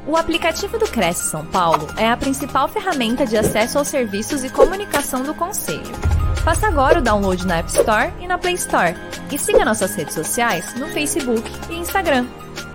O aplicativo do Cresce São Paulo é a principal ferramenta de acesso aos serviços e comunicação do Conselho. Faça agora o download na App Store e na Play Store. E siga nossas redes sociais no Facebook e Instagram.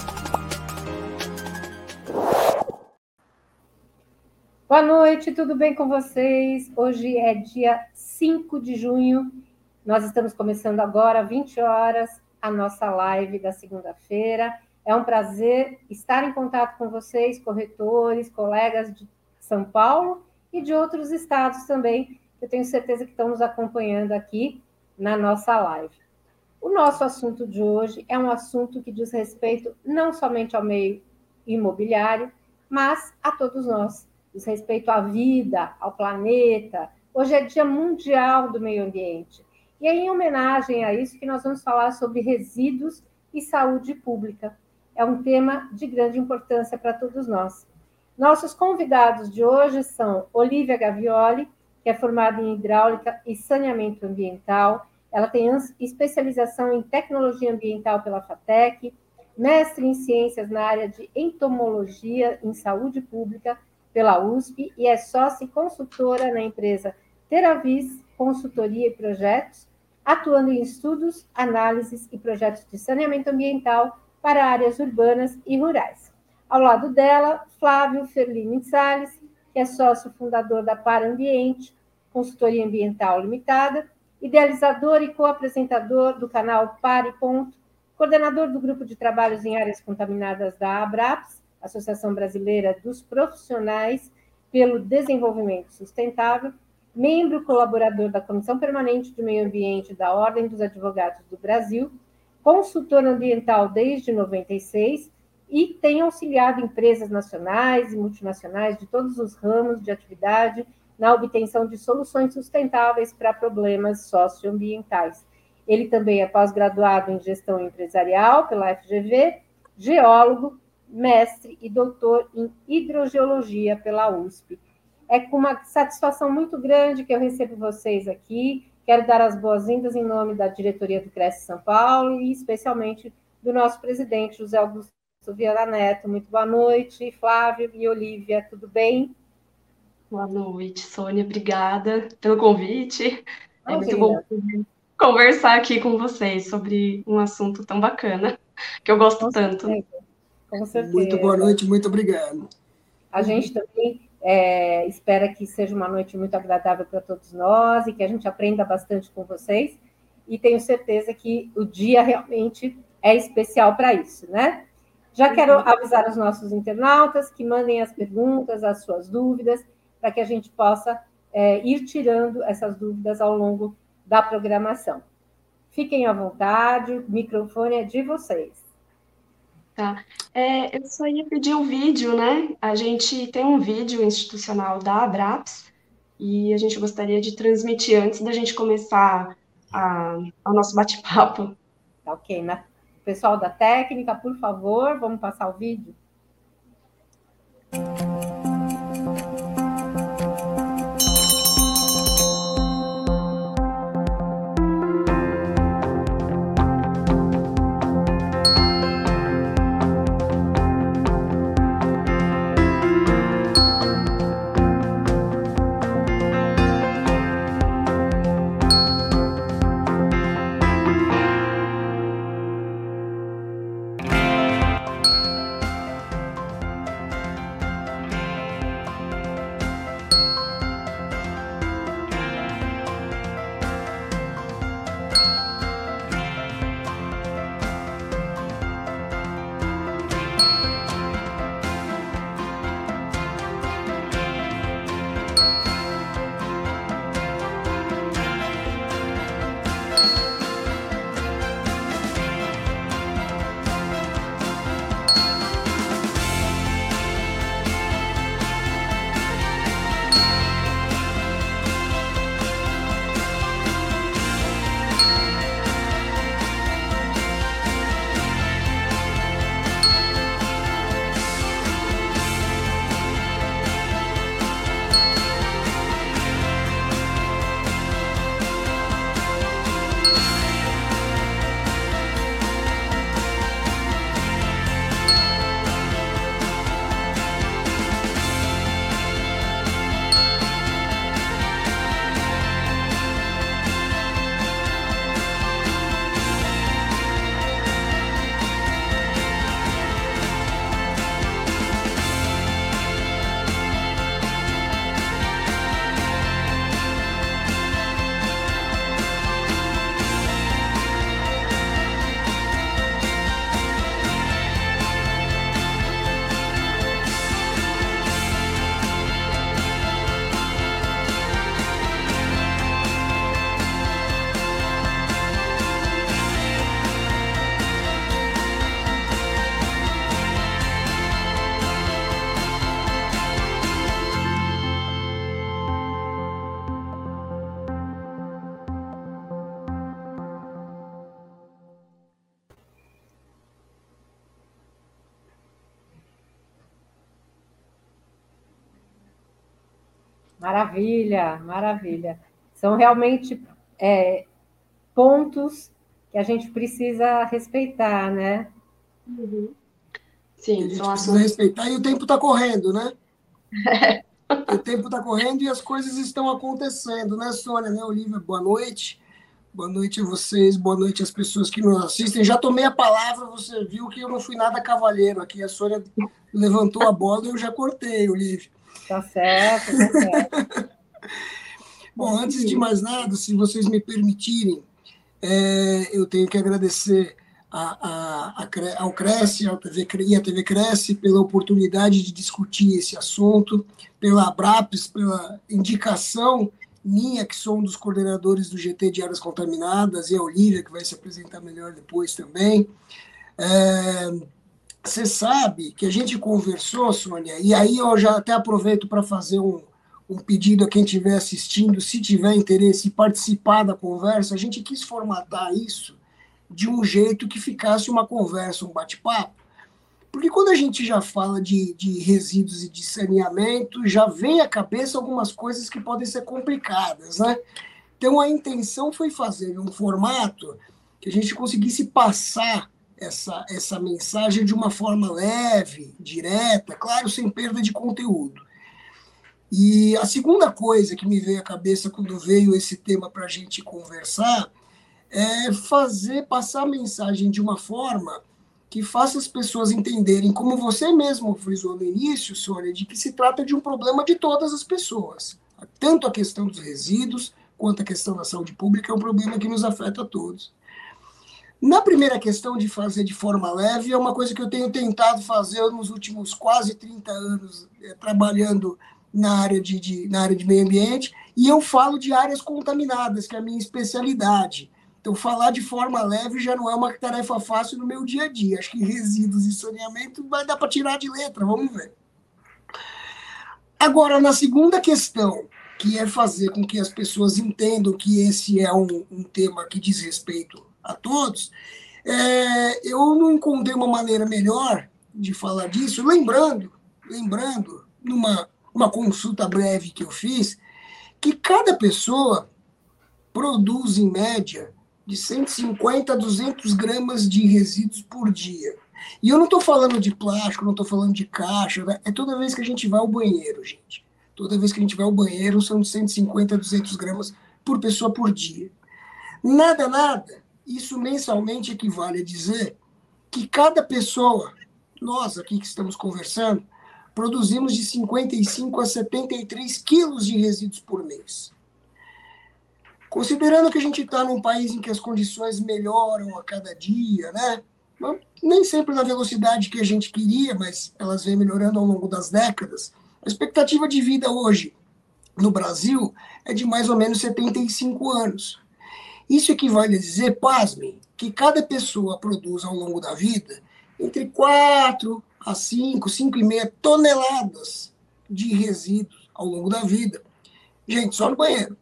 Boa noite, tudo bem com vocês? Hoje é dia 5 de junho. Nós estamos começando agora, 20 horas, a nossa live da segunda-feira. É um prazer estar em contato com vocês, corretores, colegas de São Paulo e de outros estados também, que eu tenho certeza que estão nos acompanhando aqui na nossa live. O nosso assunto de hoje é um assunto que diz respeito não somente ao meio imobiliário, mas a todos nós. Diz respeito à vida, ao planeta. Hoje é Dia Mundial do Meio Ambiente. E é em homenagem a isso que nós vamos falar sobre resíduos e saúde pública. É um tema de grande importância para todos nós. Nossos convidados de hoje são Olívia Gavioli, que é formada em hidráulica e saneamento ambiental. Ela tem especialização em tecnologia ambiental pela FATEC, mestre em ciências na área de entomologia em saúde pública pela USP e é sócia e consultora na empresa Teravis Consultoria e Projetos, atuando em estudos, análises e projetos de saneamento ambiental para áreas urbanas e rurais. Ao lado dela, Flávio Ferlini Salles, que é sócio fundador da Par Ambiente, Consultoria Ambiental Limitada, idealizador e co-apresentador do canal Par e Ponto, coordenador do grupo de trabalhos em áreas contaminadas da ABRAPS, Associação Brasileira dos Profissionais pelo Desenvolvimento Sustentável, membro colaborador da Comissão Permanente de Meio Ambiente da Ordem dos Advogados do Brasil, consultor ambiental desde 96 e tem auxiliado empresas nacionais e multinacionais de todos os ramos de atividade na obtenção de soluções sustentáveis para problemas socioambientais. Ele também é pós-graduado em gestão empresarial pela FGV, geólogo, mestre e doutor em hidrogeologia pela USP. É com uma satisfação muito grande que eu recebo vocês aqui. Quero dar as boas-vindas em nome da diretoria do Cresce São Paulo e especialmente do nosso presidente, José Augusto Viana Neto. Muito boa noite, Flávio e Olívia, tudo bem? Boa noite, Sônia, obrigada pelo convite. É muito Imagina. bom conversar aqui com vocês sobre um assunto tão bacana, que eu gosto Com tanto. certeza. Com certeza. Muito boa noite, muito obrigado. A gente também espera que seja uma noite muito agradável para todos nós e que a gente aprenda bastante com vocês. E tenho certeza que o dia realmente é especial para isso, né? Já quero avisar os nossos internautas que mandem as perguntas, as suas dúvidas, para que a gente possa ir tirando essas dúvidas ao longo da programação. Fiquem à vontade, o microfone é de vocês. Tá. Eu só ia pedir um vídeo, né? A gente tem um vídeo institucional da ABRAPS e a gente gostaria de transmitir antes da gente começar o nosso bate-papo. Tá ok. Pessoal da técnica, por favor, vamos passar o vídeo? Maravilha, maravilha. São realmente pontos que a gente precisa respeitar, né? Uhum. Sim, A gente são precisa assuntos. respeitar e o tempo está correndo, né? O tempo está correndo e as coisas estão acontecendo, né, Sônia, né, Olivia? Boa noite. Boa noite a vocês, boa noite às pessoas que nos assistem. Já tomei a palavra, você viu que eu não fui nada cavalheiro aqui. A Sônia levantou a bola e eu já cortei, Olivia. Tá certo, tá certo. Bom, antes de mais nada, se vocês me permitirem, eu tenho que agradecer ao Cresce e à TV Cresce pela oportunidade de discutir esse assunto, pela Abraps, pela indicação minha, que sou um dos coordenadores do GT de Áreas Contaminadas, e a Olivia, que vai se apresentar melhor depois também. Você sabe que a gente conversou, Sônia, e aí eu já até aproveito para fazer um pedido a quem estiver assistindo, se tiver interesse em participar da conversa, a gente quis formatar isso de um jeito que ficasse uma conversa, um bate-papo, porque quando a gente já fala de resíduos e de saneamento, já vem à cabeça algumas coisas que podem ser complicadas, né? Então a intenção foi fazer um formato que a gente conseguisse passar essa mensagem de uma forma leve, direta, claro, sem perda de conteúdo. E a segunda coisa que me veio à cabeça quando veio esse tema para a gente conversar é passar a mensagem de uma forma que faça as pessoas entenderem, como você mesmo frisou no início, Sônia, de que se trata de um problema de todas as pessoas. Tanto a questão dos resíduos, quanto a questão da saúde pública é um problema que nos afeta a todos. Na primeira questão de fazer de forma leve, é uma coisa que eu tenho tentado fazer nos últimos quase 30 anos, trabalhando na área de meio ambiente, e eu falo de áreas contaminadas, que é a minha especialidade. Então, falar de forma leve já não é uma tarefa fácil no meu dia a dia. Acho que resíduos e saneamento vai dar para tirar de letra, vamos ver. Agora, na segunda questão, que é fazer com que as pessoas entendam que esse é um tema que diz respeito a todos, eu não encontrei uma maneira melhor de falar disso, lembrando numa consulta breve que eu fiz, que cada pessoa produz, em média, de 150 a 200 gramas de resíduos por dia. E eu não estou falando de plástico, não estou falando de caixa, né? É toda vez que a gente vai ao banheiro, gente. Toda vez que a gente vai ao banheiro, são de 150 a 200 gramas por pessoa por dia. Nada, isso mensalmente equivale a dizer que cada pessoa, nós aqui que estamos conversando, produzimos de 55 a 73 quilos de resíduos por mês. Considerando que a gente está num país em que as condições melhoram a cada dia, né? Nem sempre na velocidade que a gente queria, mas elas vêm melhorando ao longo das décadas, a expectativa de vida hoje no Brasil é de mais ou menos 75 anos. Isso equivale a dizer, pasmem, que cada pessoa produz ao longo da vida entre 4 a 5,5 toneladas de resíduos ao longo da vida. Gente, só no banheiro.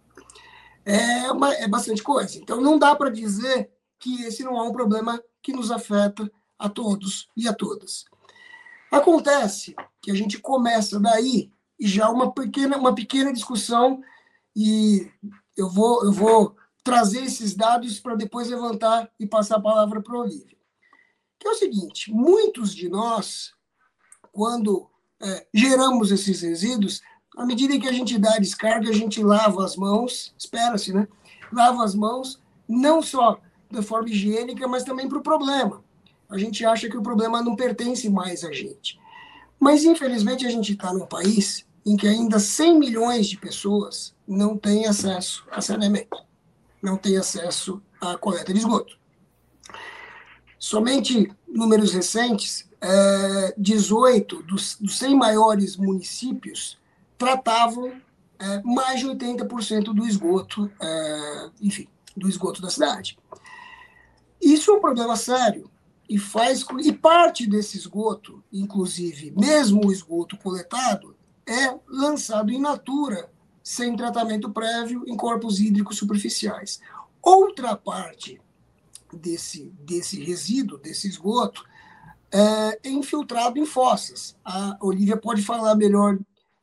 É bastante coisa. Então, não dá para dizer que esse não é um problema que nos afeta a todos e a todas. Acontece que a gente começa daí e já uma pequena discussão, e eu vou trazer esses dados para depois levantar e passar a palavra para a Olivia. Que é o seguinte, muitos de nós, quando geramos esses resíduos, à medida que a gente dá a descarga, a gente lava as mãos, espera-se, né? Lava as mãos, não só da forma higiênica, mas também para o problema. A gente acha que o problema não pertence mais a gente. Mas, infelizmente, a gente está num país em que ainda 100 milhões de pessoas não têm acesso a saneamento, não têm acesso à coleta de esgoto. Somente números recentes, 18 dos 100 maiores municípios tratavam mais de 80% do esgoto, do esgoto da cidade. Isso é um problema sério e parte desse esgoto, inclusive, mesmo o esgoto coletado, é lançado in natura, sem tratamento prévio, em corpos hídricos superficiais. Outra parte desse resíduo, desse esgoto, é infiltrado em fossas. A Olivia pode falar melhor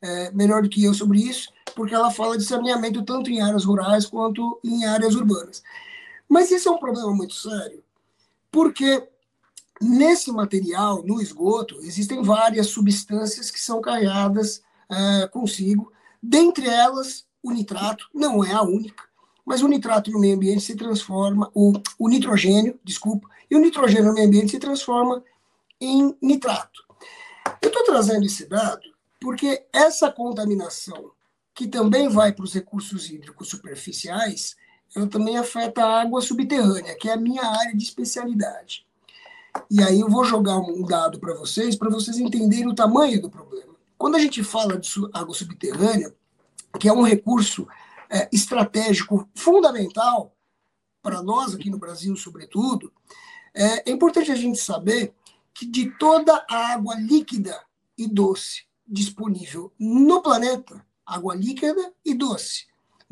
melhor do que eu sobre isso, porque ela fala de saneamento tanto em áreas rurais quanto em áreas urbanas. Mas esse é um problema muito sério, porque nesse material, no esgoto, existem várias substâncias que são carregadas consigo, dentre elas o nitrato, não é a única, mas o nitrato no meio ambiente se transforma, o nitrogênio, desculpa, e o nitrogênio no meio ambiente se transforma em nitrato. Eu estou trazendo esse dado porque essa contaminação, que também vai para os recursos hídricos superficiais, ela também afeta a água subterrânea, que é a minha área de especialidade. E aí eu vou jogar um dado para vocês entenderem o tamanho do problema. Quando a gente fala de água subterrânea, que é um recurso estratégico fundamental para nós aqui no Brasil, sobretudo, é importante a gente saber que de toda a água líquida e doce disponível no planeta, água líquida e doce,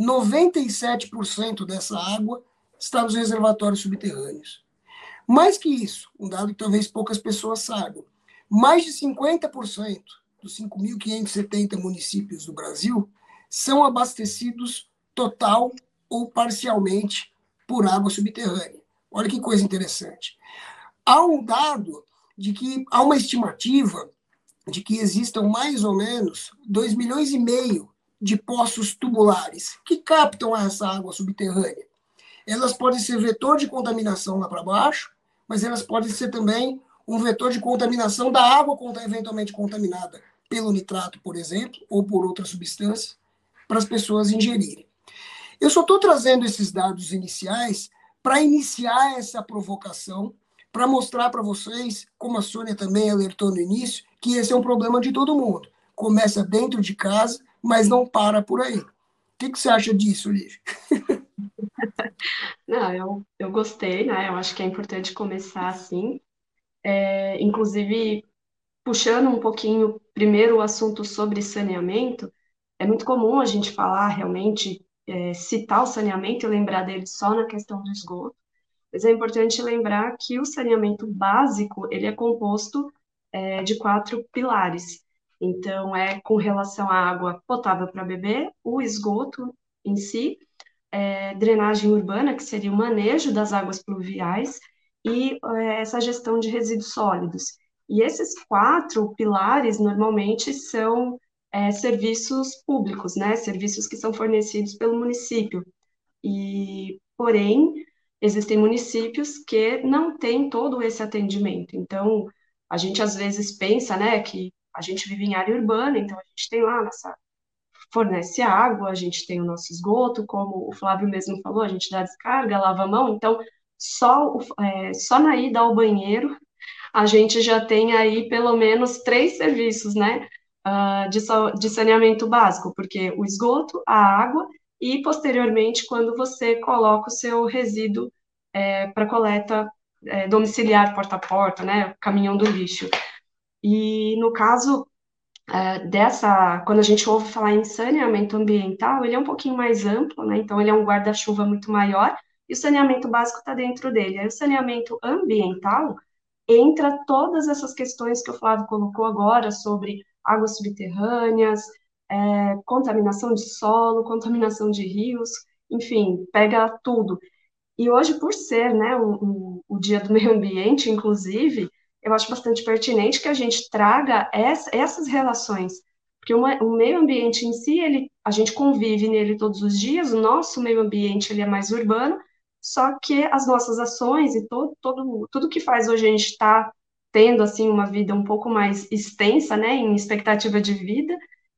97% dessa água está nos reservatórios subterrâneos. Mais que isso, um dado que talvez poucas pessoas saibam, mais de 50% dos 5.570 municípios do Brasil são abastecidos total ou parcialmente por água subterrânea. Olha que coisa interessante. Há um dado de que há uma estimativa de que existam mais ou menos 2,5 milhões de poços tubulares que captam essa água subterrânea. Elas podem ser vetor de contaminação lá para baixo, mas elas podem ser também um vetor de contaminação da água eventualmente contaminada pelo nitrato, por exemplo, ou por outras substâncias, para as pessoas ingerirem. Eu só estou trazendo esses dados iniciais para iniciar essa provocação, para mostrar para vocês, como a Sônia também alertou no início, que esse é um problema de todo mundo. Começa dentro de casa, mas não para por aí. O que você acha disso, Lívia? Não, eu gostei, né? Eu acho que é importante começar assim. Inclusive, puxando um pouquinho primeiro o assunto sobre saneamento, é muito comum a gente falar realmente, citar o saneamento e lembrar dele só na questão do esgoto, mas é importante lembrar que o saneamento básico, ele é composto de 4 pilares. Então, é com relação à água potável para beber, o esgoto em si, drenagem urbana, que seria o manejo das águas pluviais, e essa gestão de resíduos sólidos. E esses 4 pilares, normalmente, são serviços públicos, né? Serviços que são fornecidos pelo município. Porém, existem municípios que não têm todo esse atendimento. Então, a gente às vezes pensa, né, que a gente vive em área urbana, então a gente tem lá fornece água, a gente tem o nosso esgoto, como o Flávio mesmo falou, a gente dá descarga, lava a mão, então só na ida ao banheiro a gente já tem aí pelo menos 3 serviços, né, de saneamento básico, porque o esgoto, a água e, posteriormente, quando você coloca o seu resíduo para coleta domiciliar, porta a porta, né, caminhão do lixo. E, no caso quando a gente ouve falar em saneamento ambiental, ele é um pouquinho mais amplo, né, então ele é um guarda-chuva muito maior, e o saneamento básico está dentro dele. Aí o saneamento ambiental entra todas essas questões que o Flávio colocou agora sobre águas subterrâneas, contaminação de solo, contaminação de rios, enfim, pega tudo. E hoje, por ser, né, o Dia do Meio Ambiente, inclusive, eu acho bastante pertinente que a gente traga essas relações, porque o meio ambiente em si, a gente convive nele todos os dias, o nosso meio ambiente ele é mais urbano, só que as nossas ações e tudo que faz hoje a gente estar tendo assim uma vida um pouco mais extensa, né, em expectativa de vida,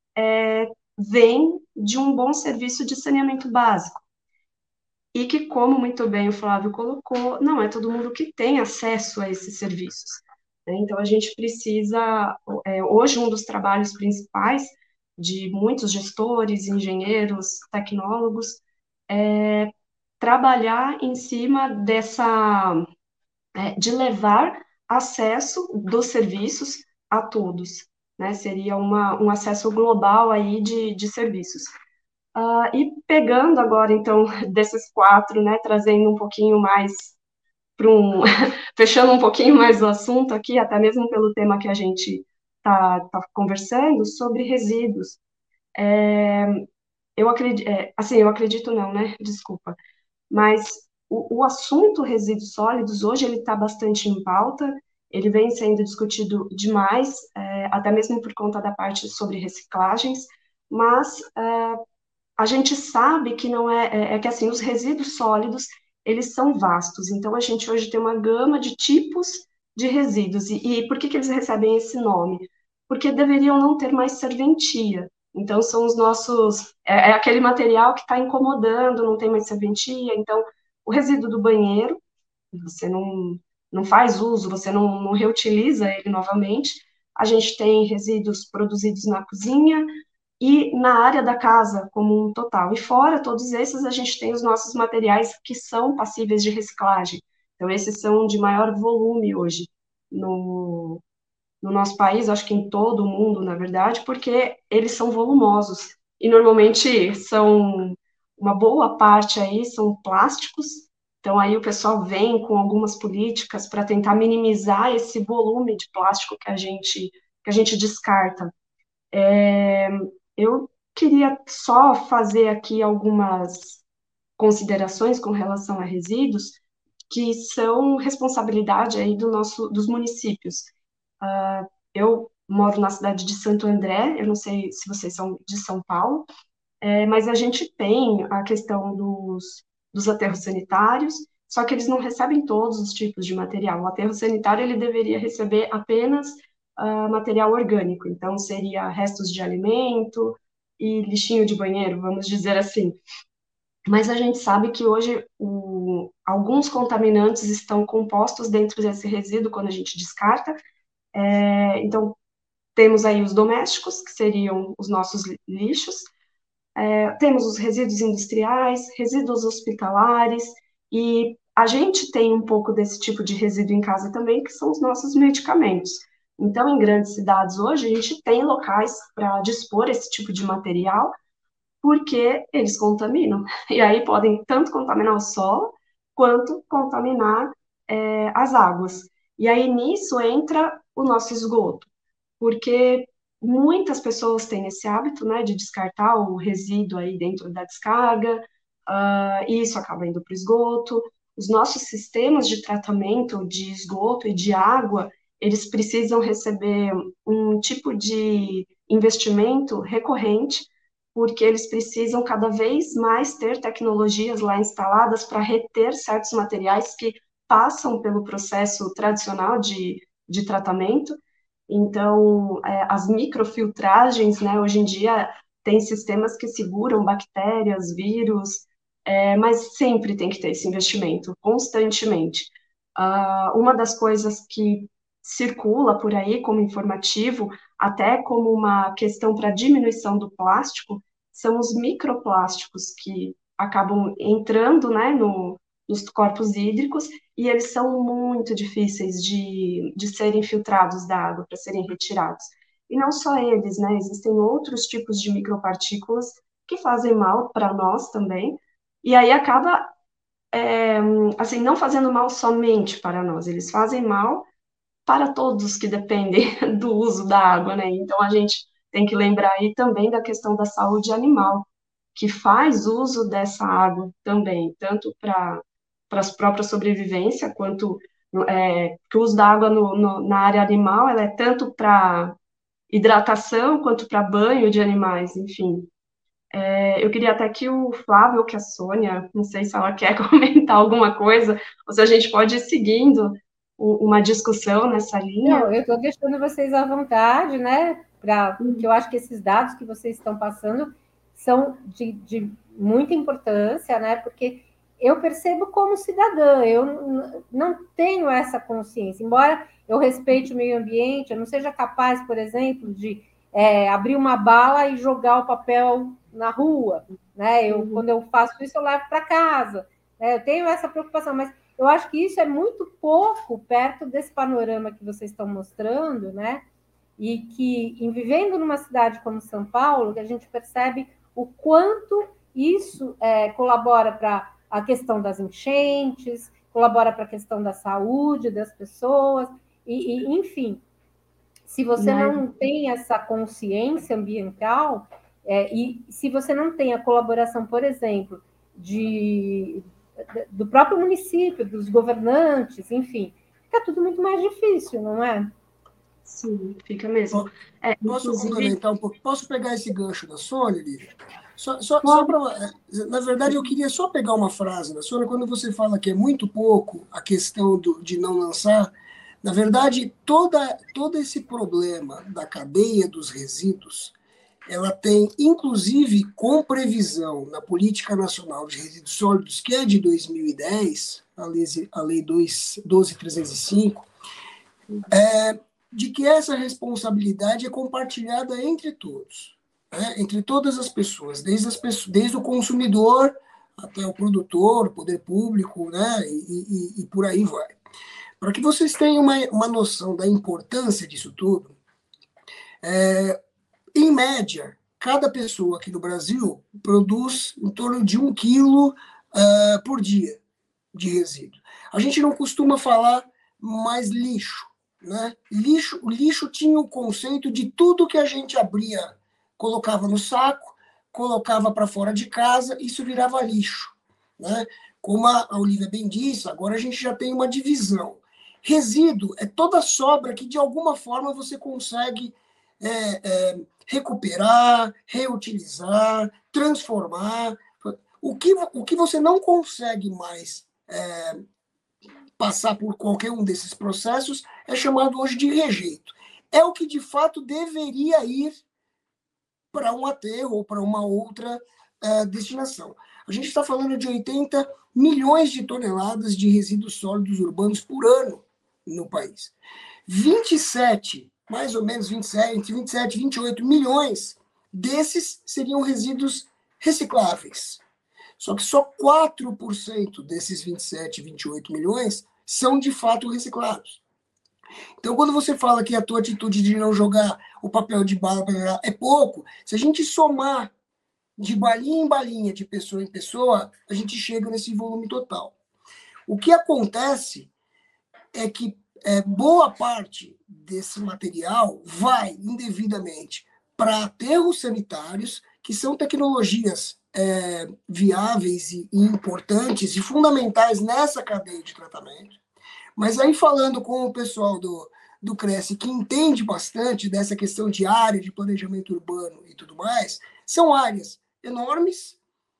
vem de um bom serviço de saneamento básico. E que, como muito bem o Flávio colocou, não é todo mundo que tem acesso a esses serviços, né? Então, a gente precisa, hoje, um dos trabalhos principais de muitos gestores, engenheiros, tecnólogos, é trabalhar em cima de levar acesso dos serviços a todos, né? Seria um acesso global aí de serviços. E pegando agora, então, desses 4, né, trazendo um pouquinho mais fechando um pouquinho mais o assunto aqui, até mesmo pelo tema que a gente conversando sobre resíduos. Eu acredito, assim, eu acredito não, né? Desculpa. Mas o assunto resíduos sólidos, hoje, ele está bastante em pauta, ele vem sendo discutido demais, até mesmo por conta da parte sobre reciclagens, mas a gente sabe que não é que, assim, os resíduos sólidos, eles são vastos, então a gente hoje tem uma gama de tipos de resíduos, e por que que eles recebem esse nome? Porque deveriam não ter mais serventia, então são os nossos, é aquele material que está incomodando, não tem mais serventia, então o resíduo do banheiro, você não faz uso, você não reutiliza ele novamente, a gente tem resíduos produzidos na cozinha, e na área da casa como um total. E fora todos esses, a gente tem os nossos materiais que são passíveis de reciclagem. Então, esses são de maior volume hoje no nosso país, acho que em todo o mundo, na verdade, porque eles são volumosos. E normalmente são uma boa parte aí são plásticos. Então, aí o pessoal vem com algumas políticas para tentar minimizar esse volume de plástico que a gente descarta. Eu queria só fazer aqui algumas considerações com relação a resíduos, que são responsabilidade aí dos municípios. Eu moro na cidade de Santo André, eu não sei se vocês são de São Paulo, mas a gente tem a questão dos aterros sanitários, só que eles não recebem todos os tipos de material. O aterro sanitário, ele deveria receber apenas material orgânico, então seria restos de alimento e lixinho de banheiro, vamos dizer assim. Mas a gente sabe que hoje alguns contaminantes estão compostos dentro desse resíduo quando a gente descarta. Então, temos aí os domésticos, que seriam os nossos lixos, temos os resíduos industriais, resíduos hospitalares, e a gente tem um pouco desse tipo de resíduo em casa também, que são os nossos medicamentos. Então, em grandes cidades hoje, a gente tem locais para dispor esse tipo de material, porque eles contaminam. E aí podem tanto contaminar o solo, quanto contaminar as águas. E aí nisso entra o nosso esgoto, porque muitas pessoas têm esse hábito, né, de descartar o resíduo aí dentro da descarga, e isso acaba indo para o esgoto. Os nossos sistemas de tratamento de esgoto e de água, eles precisam receber um tipo de investimento recorrente, porque eles precisam cada vez mais ter tecnologias lá instaladas para reter certos materiais que passam pelo processo tradicional de tratamento. Então, as microfiltragens, né, hoje em dia, tem sistemas que seguram bactérias, vírus, mas sempre tem que ter esse investimento, constantemente. Uma das coisas que circula por aí como informativo, até como uma questão para diminuição do plástico, são os microplásticos que acabam entrando, né, nos corpos hídricos, e eles são muito difíceis de serem filtrados da água, para serem retirados. E não só eles, né, existem outros tipos de micropartículas que fazem mal para nós também, e aí acaba, assim, não fazendo mal somente para nós, eles fazem mal para todos que dependem do uso da água, né? Então a gente tem que lembrar aí também da questão da saúde animal, que faz uso dessa água também, tanto para a própria sobrevivência, quanto que o uso da água na área animal, ela é tanto para hidratação, quanto para banho de animais, enfim. Eu queria até que o Flávio ou que a Sônia, não sei se ela quer comentar alguma coisa, ou se a gente pode ir seguindo uma discussão nessa linha. Não, eu estou deixando vocês à vontade, né? Porque eu acho que esses dados que vocês estão passando são de muita importância, né? Porque eu percebo como cidadã, eu não tenho essa consciência, embora eu respeite o meio ambiente, eu não seja capaz, por exemplo, de abrir uma bala e jogar o papel na rua, né? Quando eu faço isso, eu levo para casa, né? Eu tenho essa preocupação, mas eu acho que isso é muito pouco perto desse panorama que vocês estão mostrando, né? E que, em vivendo numa cidade como São Paulo, a gente percebe o quanto isso colabora para a questão das enchentes, colabora para a questão da saúde das pessoas, enfim, Se você não tem essa consciência ambiental, e se você não tem a colaboração, por exemplo, do próprio município, dos governantes, enfim, fica tudo muito mais difícil, não é? Sim, fica mesmo. Posso Inclusive, complementar um pouco? Posso pegar esse gancho da Sônia, Lívia? Só para. Na verdade, eu queria só pegar uma frase da Sônia, quando você fala que é muito pouco a questão de não lançar. Na verdade, todo esse problema da cadeia dos resíduos, ela tem, inclusive, com previsão na Política Nacional de Resíduos Sólidos, que é de 2010, a Lei 12.305, de que essa responsabilidade é compartilhada entre todos, né? Entre todas as pessoas, desde o consumidor até o produtor, o poder público, né? E por aí vai. Para que vocês tenham uma noção da importância disso tudo, em média, cada pessoa aqui no Brasil produz em torno de 1 quilo por dia de resíduo. A gente não costuma falar mais lixo, né? O lixo tinha o conceito de tudo que a gente abria, colocava no saco, colocava para fora de casa, isso virava lixo, né? Como a Olivia bem disse, agora a gente já tem uma divisão. Resíduo é toda sobra que de alguma forma você consegue recuperar, reutilizar, transformar. O que você não consegue mais passar por qualquer um desses processos é chamado hoje de rejeito. É o que de fato deveria ir para um aterro ou para uma outra destinação. A gente está falando de 80 milhões de toneladas de resíduos sólidos urbanos por ano no país. 27, mais ou menos 27, 28 milhões desses seriam resíduos recicláveis. Só que só 4% desses 27, 28 milhões são de fato reciclados. Então, quando você fala que a tua atitude de não jogar o papel de bala é pouco, se a gente somar de balinha em balinha, de pessoa em pessoa, a gente chega nesse volume total. O que acontece é que boa parte desse material vai indevidamente para aterros sanitários, que são tecnologias viáveis e importantes e fundamentais nessa cadeia de tratamento. Mas aí, falando com o pessoal do Cresce, que entende bastante dessa questão de área, de planejamento urbano e tudo mais, são áreas enormes,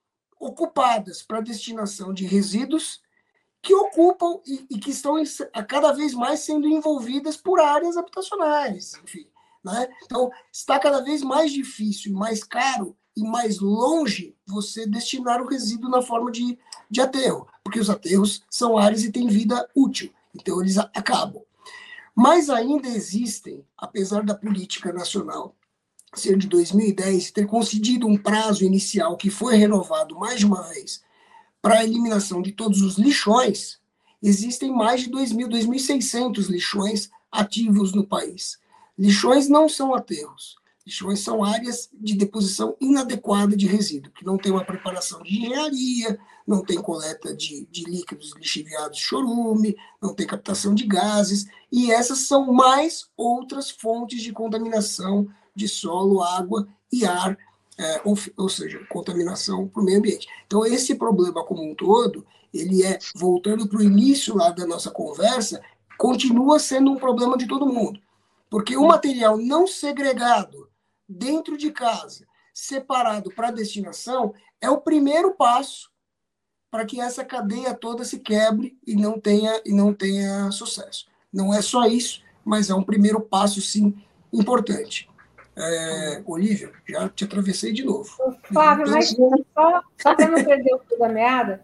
ocupadas para destinação de resíduos, que ocupam e que estão cada vez mais sendo envolvidas por áreas habitacionais, enfim, né? Então, está cada vez mais difícil, mais caro e mais longe você destinar o resíduo na forma de aterro, porque os aterros são áreas e têm vida útil, então eles acabam. Mas ainda existem, apesar da política nacional ser de 2010, ter concedido um prazo inicial que foi renovado mais de uma vez para a eliminação de todos os lixões, existem mais de 2.600 lixões ativos no país. Lixões não são aterros. Lixões são áreas de deposição inadequada de resíduo, que não tem uma preparação de engenharia, não tem coleta de líquidos lixiviados de chorume, não tem captação de gases, e essas são mais outras fontes de contaminação de solo, água e ar, ou seja, contaminação para o meio ambiente. Então, esse problema como um todo, ele voltando para o início lá da nossa conversa, continua sendo um problema de todo mundo. Porque o material não segregado dentro de casa, separado para destinação, é o primeiro passo para que essa cadeia toda se quebre e não tenha sucesso. Não é só isso, mas é um primeiro passo, sim, importante. Olivia, já te atravessei de novo. Flávio, mas só para não perder o fio da meada,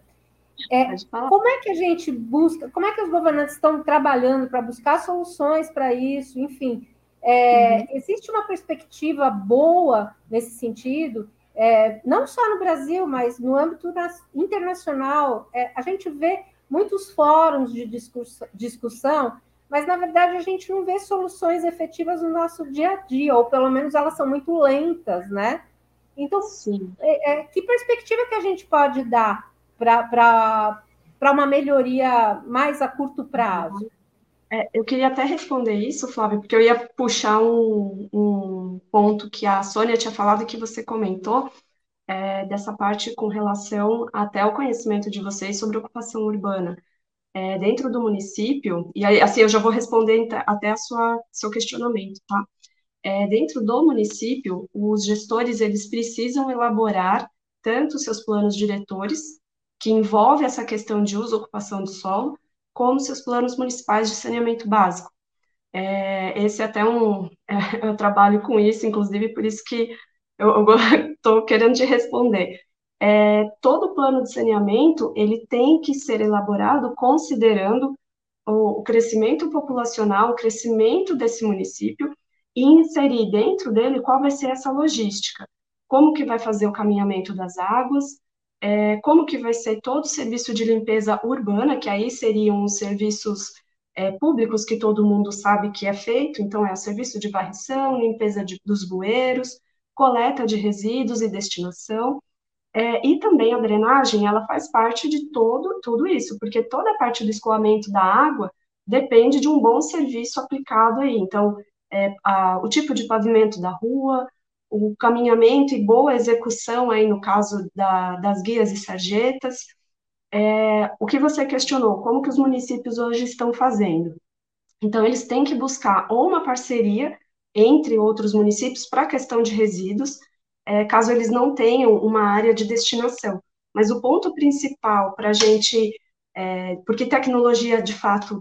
como é que a gente busca, como é que os governantes estão trabalhando para buscar soluções para isso, enfim, existe uma perspectiva boa nesse sentido, não só no Brasil, mas no âmbito internacional. A gente vê muitos fóruns de discussão, mas, na verdade, a gente não vê soluções efetivas no nosso dia a dia, ou pelo menos elas são muito lentas, né? Então, que perspectiva que a gente pode dar para uma melhoria mais a curto prazo? Eu queria até responder isso, Flávio, porque eu ia puxar um ponto que a Sônia tinha falado e que você comentou, dessa parte com relação até ao conhecimento de vocês sobre ocupação urbana. Dentro do município, e aí, assim, eu já vou responder até seu questionamento, tá? Dentro do município, os gestores, eles precisam elaborar tanto seus planos diretores, que envolve essa questão de uso e ocupação do solo, como seus planos municipais de saneamento básico. Esse é até eu trabalho com isso, inclusive, por isso que eu estou querendo te responder. Todo plano de saneamento, ele tem que ser elaborado considerando o crescimento populacional, o crescimento desse município, e inserir dentro dele qual vai ser essa logística. Como que vai fazer o caminhamento das águas, como que vai ser todo o serviço de limpeza urbana, que aí seriam os serviços públicos que todo mundo sabe que é feito, então é o serviço de varrição, limpeza dos bueiros, coleta de resíduos e destinação, e também a drenagem, ela faz parte de tudo isso, porque toda a parte do escoamento da água depende de um bom serviço aplicado aí. Então, o tipo de pavimento da rua, o caminhamento e boa execução aí no caso das guias e sarjetas. O que você questionou, como que os municípios hoje estão fazendo? Então, eles têm que buscar ou uma parceria entre outros municípios para a questão de resíduos, caso eles não tenham uma área de destinação. Mas o ponto principal para a gente, porque tecnologia, de fato,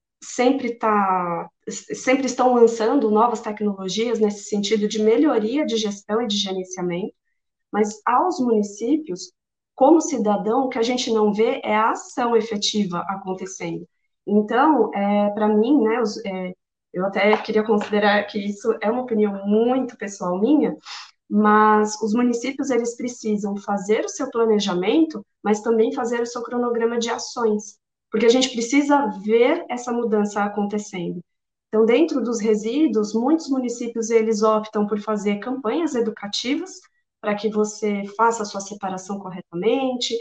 sempre estão lançando novas tecnologias nesse sentido de melhoria de gestão e de gerenciamento, mas aos municípios, como cidadão, o que a gente não vê é a ação efetiva acontecendo. Então, para mim, né, eu até queria considerar que isso é uma opinião muito pessoal minha, mas os municípios, eles precisam fazer o seu planejamento, mas também fazer o seu cronograma de ações, porque a gente precisa ver essa mudança acontecendo. Então, dentro dos resíduos, muitos municípios, eles optam por fazer campanhas educativas para que você faça a sua separação corretamente,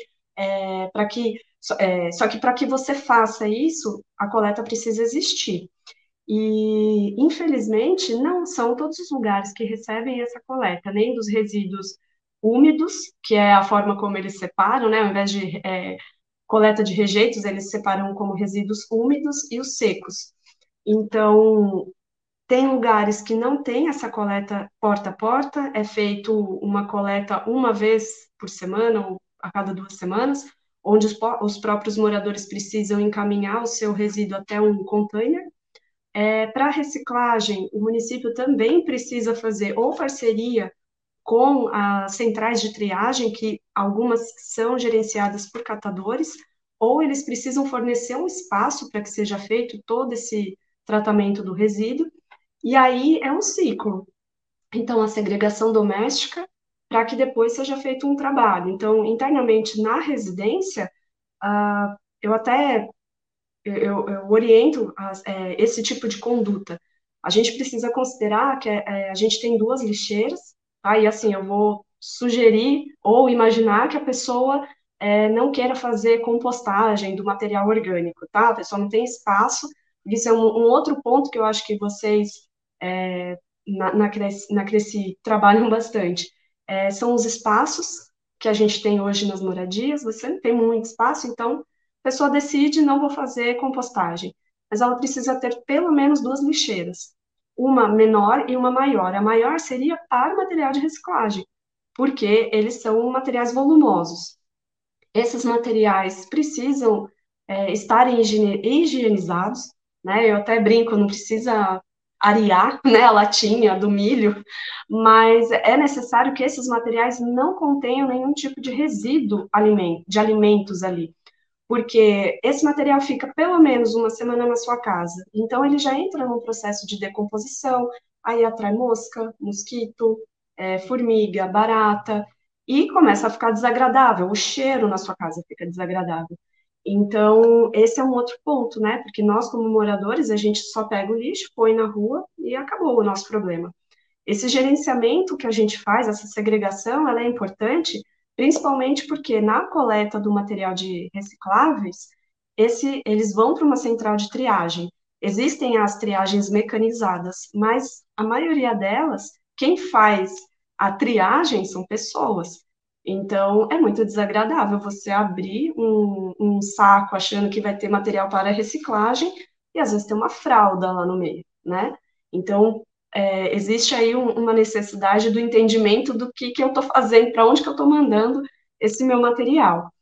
só que para que você faça isso, a coleta precisa existir. E, infelizmente, não são todos os lugares que recebem essa coleta, nem dos resíduos úmidos, que é a forma como eles separam, né? Ao invés de coleta de rejeitos, eles separam como resíduos úmidos e os secos. Então, tem lugares que não tem essa coleta porta a porta, é feito uma coleta uma vez por semana ou a cada 2 semanas, onde os próprios moradores precisam encaminhar o seu resíduo até um container. Para reciclagem, o município também precisa fazer ou parceria com as centrais de triagem, que algumas são gerenciadas por catadores, ou eles precisam fornecer um espaço para que seja feito todo esse tratamento do resíduo, e aí é um ciclo. Então, a segregação doméstica, para que depois seja feito um trabalho. Então, internamente na residência, eu até eu oriento esse tipo de conduta. A gente precisa considerar que a gente tem 2 lixeiras, tá? E assim, eu vou sugerir ou imaginar que a pessoa não queira fazer compostagem do material orgânico, tá? A pessoa não tem espaço. Isso é um outro ponto que eu acho que vocês na Cresci trabalham bastante. São os espaços que a gente tem hoje nas moradias. Você não tem muito espaço, então a pessoa decide, não vou fazer compostagem, mas ela precisa ter pelo menos 2 lixeiras, uma menor e uma maior. A maior seria para o material de reciclagem, porque eles são materiais volumosos. Esses materiais precisam estarem higienizados, né? Eu até brinco, não precisa arear, né, a latinha do milho, mas é necessário que esses materiais não contenham nenhum tipo de resíduo de alimentos ali, porque esse material fica pelo menos uma semana na sua casa, então ele já entra num processo de decomposição, aí atrai mosca, mosquito, formiga, barata, e começa a ficar desagradável, o cheiro na sua casa fica desagradável. Então, esse é um outro ponto, né? Porque nós, como moradores, a gente só pega o lixo, põe na rua e acabou o nosso problema. Esse gerenciamento que a gente faz, essa segregação, ela é importante, principalmente porque na coleta do material de recicláveis, eles vão para uma central de triagem. Existem as triagens mecanizadas, mas a maioria delas, quem faz a triagem são pessoas. Então, é muito desagradável você abrir um saco achando que vai ter material para reciclagem e às vezes tem uma fralda lá no meio, né? Então, existe aí uma necessidade do entendimento do que eu estou fazendo, para onde que eu estou mandando esse meu material.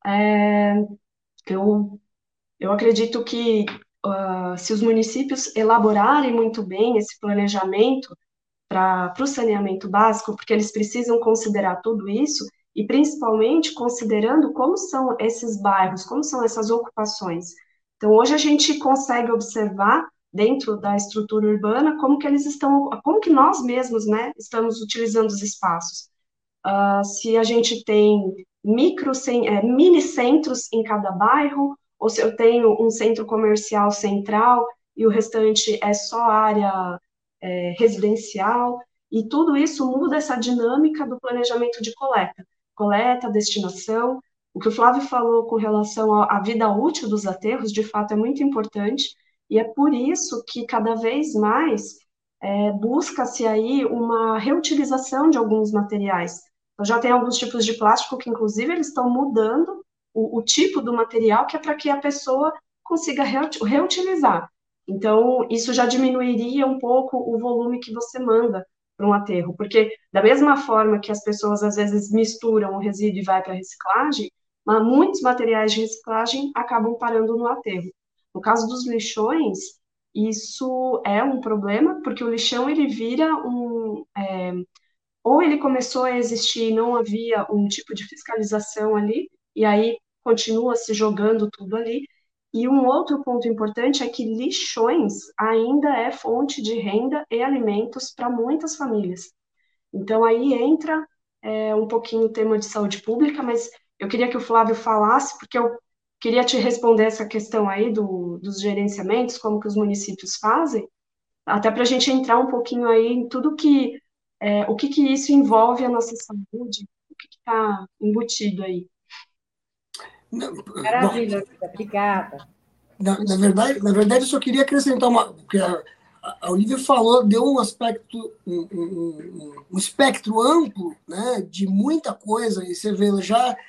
Eu acredito que se os municípios elaborarem muito bem esse planejamento para o saneamento básico, porque eles precisam considerar tudo isso, e principalmente considerando como são esses bairros, como são essas ocupações. Então, hoje a gente consegue observar, dentro da estrutura urbana, como que eles estão, como que nós mesmos, né, estamos utilizando os espaços. Se a gente tem mini centros em cada bairro, ou se eu tenho um centro comercial central e o restante é só área residencial, e tudo isso muda essa dinâmica do planejamento de coleta, destinação. O que o Flávio falou com relação à vida útil dos aterros, de fato, é muito importante, e é por isso que cada vez mais busca-se aí uma reutilização de alguns materiais. Então, já tem alguns tipos de plástico que, inclusive, eles estão mudando o tipo do material, que é para que a pessoa consiga reutilizar. Então, isso já diminuiria um pouco o volume que você manda para um aterro, porque da mesma forma que as pessoas às vezes misturam o resíduo e vai para a reciclagem, mas muitos materiais de reciclagem acabam parando no aterro. No caso dos lixões, isso é um problema, porque o lixão ele vira ou ele começou a existir e não havia um tipo de fiscalização ali, e aí continua se jogando tudo ali. E um outro ponto importante é que lixões ainda é fonte de renda e alimentos para muitas famílias. Então, aí entra um pouquinho o tema de saúde pública, mas eu queria que o Flávio falasse, porque eu queria te responder essa questão aí dos gerenciamentos, como que os municípios fazem, até para a gente entrar um pouquinho aí em tudo o que isso envolve a nossa saúde, o que está embutido aí. Maravilha, obrigada. Na verdade, eu só queria acrescentar porque a Olivia falou, deu um aspecto, um espectro amplo, né, de muita coisa, e você vê,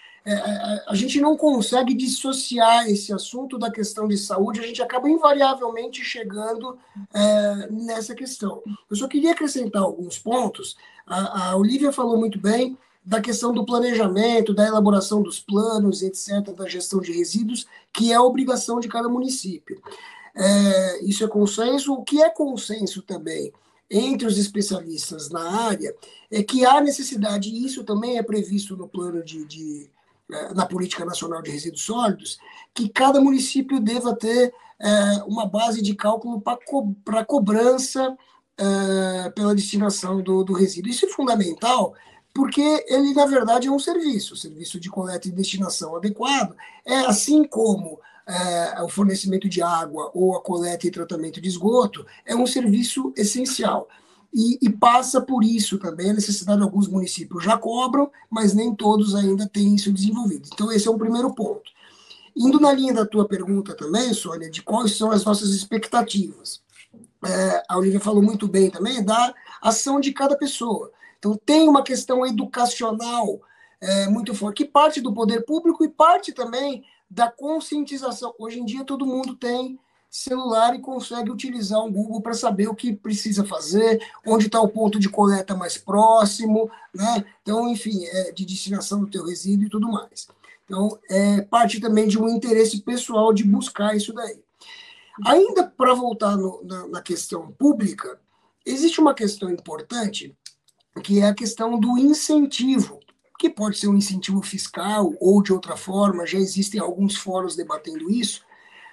a gente não consegue dissociar esse assunto da questão de saúde, a gente acaba invariavelmente chegando nessa questão. Eu só queria acrescentar alguns pontos. A Olivia falou muito bem da questão do planejamento, da elaboração dos planos, etc., da gestão de resíduos, que é a obrigação de cada município. Isso é consenso. O que é consenso também entre os especialistas na área é que há necessidade, e isso também é previsto no plano na Política Nacional de Resíduos Sólidos, que cada município deva ter uma base de cálculo para cobrança pela destinação do resíduo. Isso é fundamental, porque ele, na verdade, é um serviço. O serviço de coleta e destinação adequado é assim como o fornecimento de água ou a coleta e tratamento de esgoto, é um serviço essencial. E passa por isso também a necessidade. Alguns municípios já cobram, mas nem todos ainda têm isso desenvolvido. Então, esse é o primeiro ponto. Indo na linha da tua pergunta também, Sônia, de quais são as nossas expectativas. A Olivia falou muito bem também da ação de cada pessoa. Então, tem uma questão educacional muito forte, que parte do poder público e parte também da conscientização. Hoje em dia, todo mundo tem celular e consegue utilizar um Google para saber o que precisa fazer, onde está o ponto de coleta mais próximo, né? Então, enfim, de destinação do teu resíduo e tudo mais. Então, parte também de um interesse pessoal de buscar isso daí. Ainda para voltar na questão pública, existe uma questão importante, que é a questão do incentivo, que pode ser um incentivo fiscal ou de outra forma, já existem alguns fóruns debatendo isso,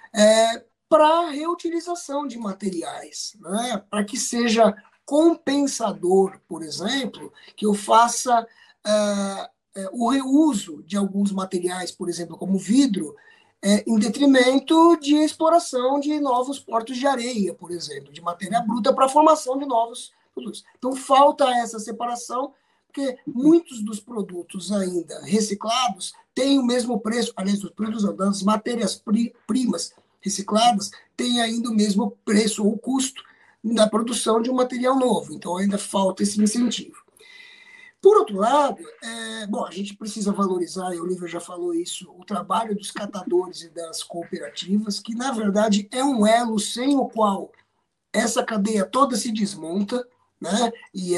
para reutilização de materiais, né? Para que seja compensador, por exemplo, que eu faça o reuso de alguns materiais, por exemplo, como vidro, em detrimento de exploração de novos portos de areia, por exemplo, de matéria bruta para a formação de novos produtos. Então, falta essa separação, porque muitos dos produtos ainda reciclados têm o mesmo preço, aliás, dos produtos, das matérias-primas recicladas têm ainda o mesmo preço ou custo da produção de um material novo. Então, ainda falta esse incentivo. Por outro lado, bom, a gente precisa valorizar, e o Olivia já falou isso, o trabalho dos catadores e das cooperativas, que, na verdade, é um elo sem o qual essa cadeia toda se desmonta, né? E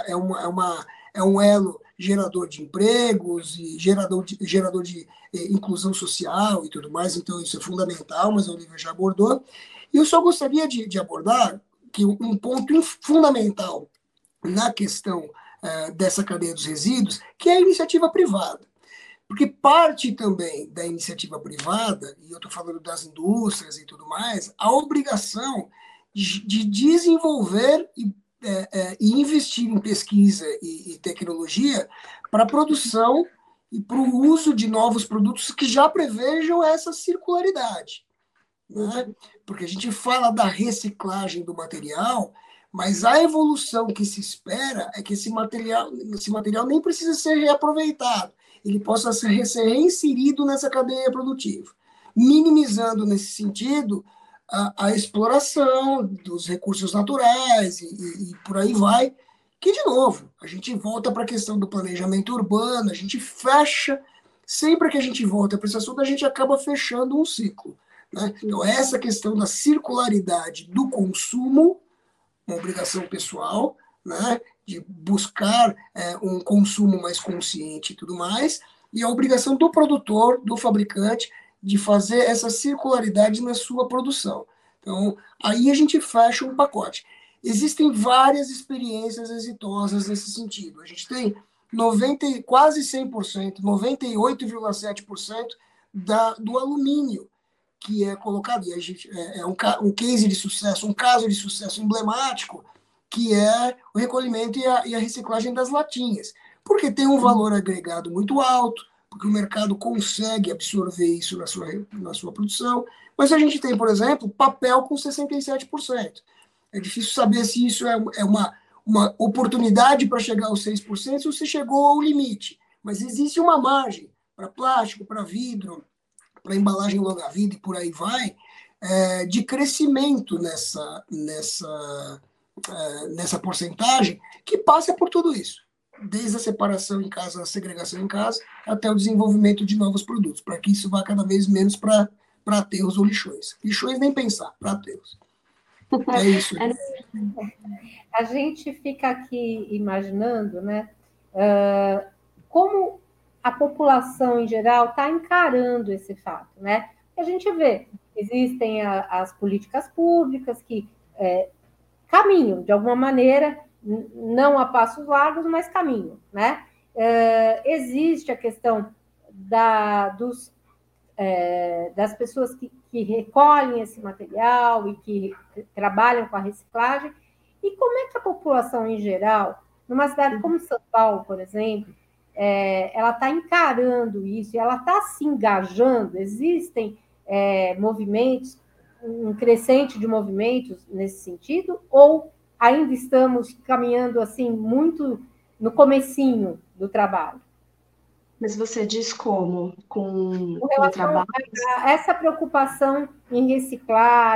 é um elo gerador de empregos e gerador de inclusão social e tudo mais, então isso é fundamental, mas a Olivia já abordou. E eu só gostaria de abordar que um ponto fundamental na questão dessa cadeia dos resíduos, que é a iniciativa privada. Porque parte também da iniciativa privada, e eu estou falando das indústrias e tudo mais, a obrigação de desenvolver e investir em pesquisa e tecnologia para a produção e para o uso de novos produtos que já prevejam essa circularidade. Né? Porque a gente fala da reciclagem do material, mas a evolução que se espera é que esse material nem precisa ser reaproveitado, ele possa ser reinserido nessa cadeia produtiva, minimizando nesse sentido a exploração dos recursos naturais e por aí vai, que, de novo, a gente volta para a questão do planejamento urbano, a gente fecha, sempre que a gente volta para esse assunto, a gente acaba fechando um ciclo. Né? Então, essa questão da circularidade do consumo, uma obrigação pessoal, né, de buscar um consumo mais consciente e tudo mais, e a obrigação do produtor, do fabricante, de fazer essa circularidade na sua produção. Então, aí a gente fecha um pacote. Existem várias experiências exitosas nesse sentido. A gente tem quase 100%, 98,7% do alumínio que é colocado. E a gente, um case de sucesso, um caso de sucesso emblemático, que é o recolhimento e a reciclagem das latinhas. Porque tem um valor agregado muito alto, porque o mercado consegue absorver isso na sua produção. Mas a gente tem, por exemplo, papel com 67%. É difícil saber se isso é uma oportunidade para chegar aos 6% ou se chegou ao limite. Mas existe uma margem para plástico, para vidro, para embalagem longa-vida e por aí vai, de crescimento nessa porcentagem que passa por tudo isso. Desde a separação em casa, a segregação em casa, até o desenvolvimento de novos produtos, para que isso vá cada vez menos para aterros ou lixões. Lixões nem pensar, para aterros. É isso. A gente fica aqui imaginando, né, como a população em geral está encarando esse fato, né? A gente vê, existem as políticas públicas que caminham, de alguma maneira, não a passos largos, mas caminham, né? Existe a questão das pessoas que recolhem esse material e que trabalham com a reciclagem, e como é que a população em geral, numa cidade como São Paulo, por exemplo, ela está encarando isso, ela está se engajando, existem movimentos, um crescente de movimentos nesse sentido, ou ainda estamos caminhando assim muito no comecinho do trabalho? Mas você diz como? Com relação a essa preocupação em reciclar,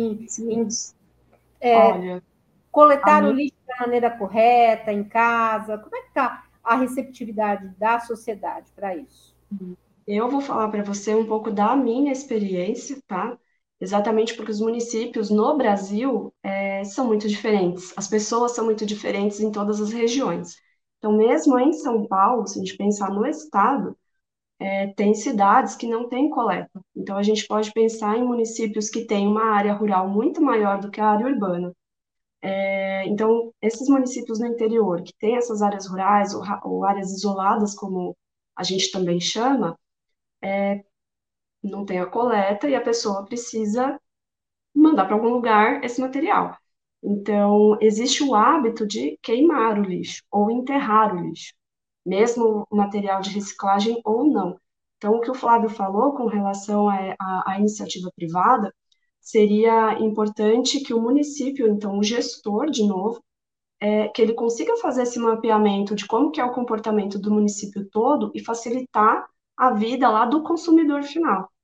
Olha, coletar o lixo da maneira correta em casa, como é que está a receptividade da sociedade para isso? Eu vou falar para você um pouco da minha experiência, tá? Exatamente porque os municípios no Brasil são muito diferentes, as pessoas são muito diferentes em todas as regiões. Então, mesmo em São Paulo, se a gente pensar no estado, tem cidades que não têm coleta. Então, a gente pode pensar em municípios que têm uma área rural muito maior do que a área urbana. Então, esses municípios no interior, que têm essas áreas rurais ou áreas isoladas, como a gente também chama, não tem a coleta e a pessoa precisa mandar para algum lugar esse material. Então, existe o hábito de queimar o lixo ou enterrar o lixo, mesmo o material de reciclagem ou não. Então, o que o Flávio falou com relação à iniciativa privada, seria importante que o município, então, o gestor, de novo, que ele consiga fazer esse mapeamento de como que é o comportamento do município todo e facilitar a vida lá do consumidor final.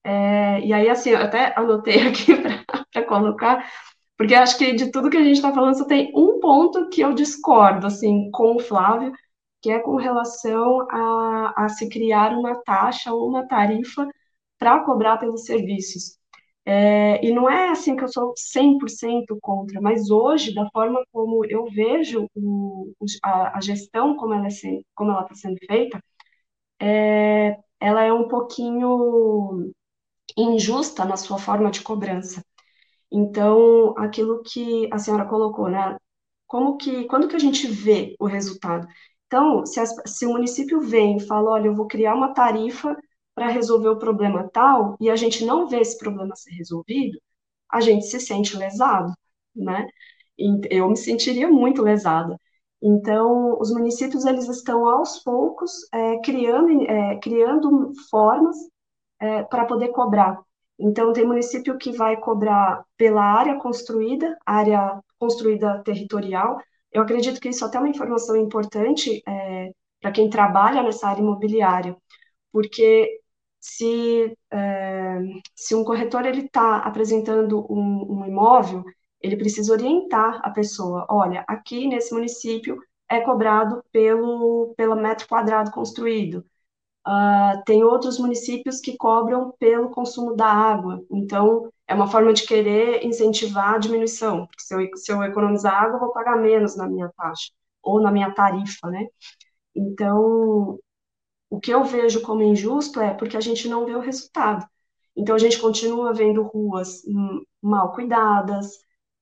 E aí, assim, eu até anotei aqui para colocar, porque acho que de tudo que a gente está falando, só tem um ponto que eu discordo, assim, com o Flávio, que é com relação a se criar uma taxa ou uma tarifa para cobrar pelos serviços. E não é assim que eu sou 100% contra, mas hoje, da forma como eu vejo a gestão, como ela está sendo feita, ela é um pouquinho injusta na sua forma de cobrança. Então, aquilo que a senhora colocou, né? Quando que a gente vê o resultado? Então, se o município vem e fala, olha, eu vou criar uma tarifa para resolver o problema tal, e a gente não vê esse problema ser resolvido, a gente se sente lesado, né? Eu me sentiria muito lesada. Então, os municípios, eles estão aos poucos criando formas para poder cobrar. Então, tem município que vai cobrar pela área construída territorial. Eu acredito que isso até é uma informação importante para quem trabalha nessa área imobiliária, porque se um corretor ele está apresentando um imóvel, ele precisa orientar a pessoa. Olha, aqui nesse município é cobrado pelo metro quadrado construído. Tem outros municípios que cobram pelo consumo da água, então é uma forma de querer incentivar a diminuição, porque se eu economizar água, eu vou pagar menos na minha taxa, ou na minha tarifa, né? Então, o que eu vejo como injusto é porque a gente não vê o resultado. Então, a gente continua vendo ruas mal cuidadas,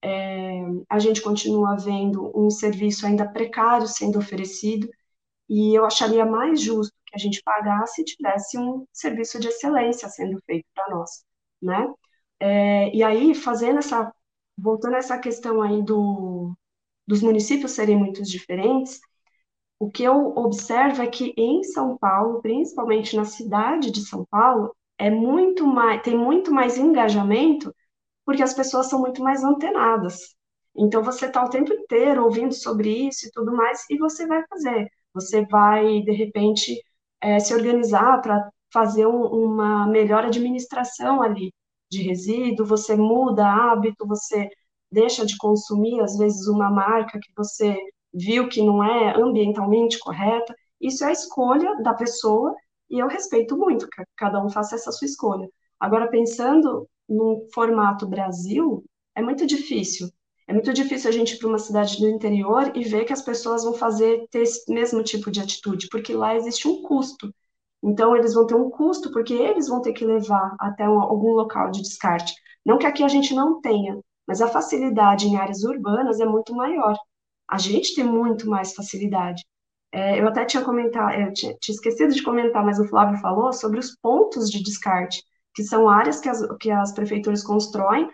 a gente continua vendo um serviço ainda precário sendo oferecido, e eu acharia mais justo que a gente pagasse se tivesse um serviço de excelência sendo feito para nós, né? E aí, voltando a essa questão aí dos municípios serem muito diferentes, o que eu observo é que em São Paulo, principalmente na cidade de São Paulo, tem muito mais engajamento porque as pessoas são muito mais antenadas. Então, você está o tempo inteiro ouvindo sobre isso e tudo mais, e você vai fazer. Você vai, de repente, se organizar para fazer uma melhor administração ali de resíduo, você muda hábito, você deixa de consumir, às vezes, uma marca que você viu que não é ambientalmente correta. Isso é a escolha da pessoa, e eu respeito muito que cada um faça essa sua escolha. Agora, pensando no formato Brasil, é muito difícil. É muito difícil a gente ir para uma cidade do interior e ver que as pessoas vão ter esse mesmo tipo de atitude, porque lá existe um custo. Então, eles vão ter um custo porque eles vão ter que levar até algum local de descarte. Não que aqui a gente não tenha, mas a facilidade em áreas urbanas é muito maior. A gente tem muito mais facilidade. Eu até tinha comentado, eu tinha esquecido de comentar, mas o Flávio falou sobre os pontos de descarte, que são áreas que as prefeituras constroem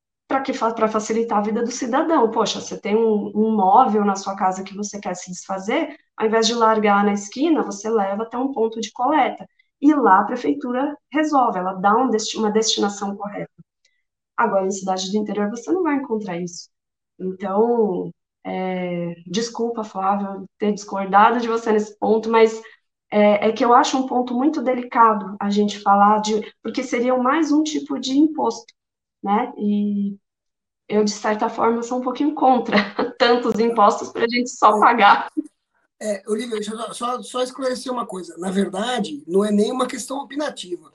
para facilitar a vida do cidadão. Poxa, você tem um móvel na sua casa que você quer se desfazer, ao invés de largar na esquina, você leva até um ponto de coleta. E lá a prefeitura resolve, ela dá uma destinação correta. Agora, em cidade do interior, você não vai encontrar isso. Então, desculpa, Flávio, ter discordado de você nesse ponto, mas é que eu acho um ponto muito delicado a gente falar porque seria mais um tipo de imposto, né? E eu, de certa forma, sou um pouquinho contra tantos impostos para a gente só pagar. Olivia, deixa eu só esclarecer uma coisa. Na verdade, não é nem uma questão opinativa.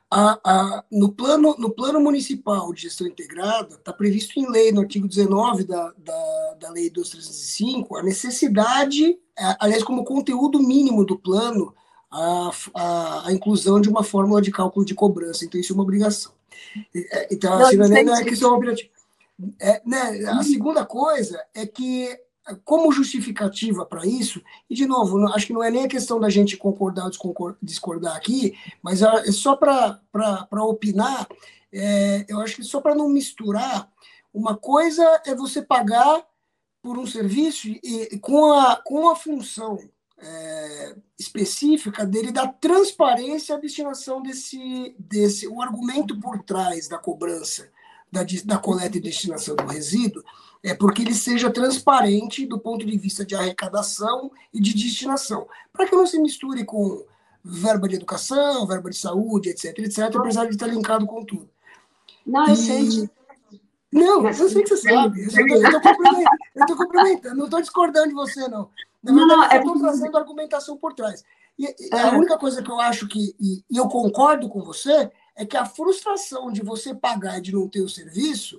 No plano municipal de gestão integrada, está previsto em lei, no artigo 19 da Lei 2305, a necessidade, aliás, como conteúdo mínimo do plano, a inclusão de uma fórmula de cálculo de cobrança. Então, isso é uma obrigação. Então, assim, não é questão opinativa. Né, a segunda coisa é que, como justificativa para isso, e de novo, acho que não é nem a questão da gente concordar ou discordar aqui, mas é só para opinar, eu acho que só para não misturar, uma coisa é você pagar por um serviço e com a função específica dele da transparência à destinação o argumento por trás da cobrança da coleta e destinação do resíduo é porque ele seja transparente do ponto de vista de arrecadação e de destinação, para que não se misture com verba de educação, verba de saúde, etc, apesar de estar linkado com tudo. Não, eu sei disso. Não, Mas, eu sei que você sabe. Eu estou complementando, não estou discordando de você, não. Na verdade, eu estou trazendo argumentação por trás. E a única coisa que eu acho e eu concordo com você, é que a frustração de você pagar e de não ter o serviço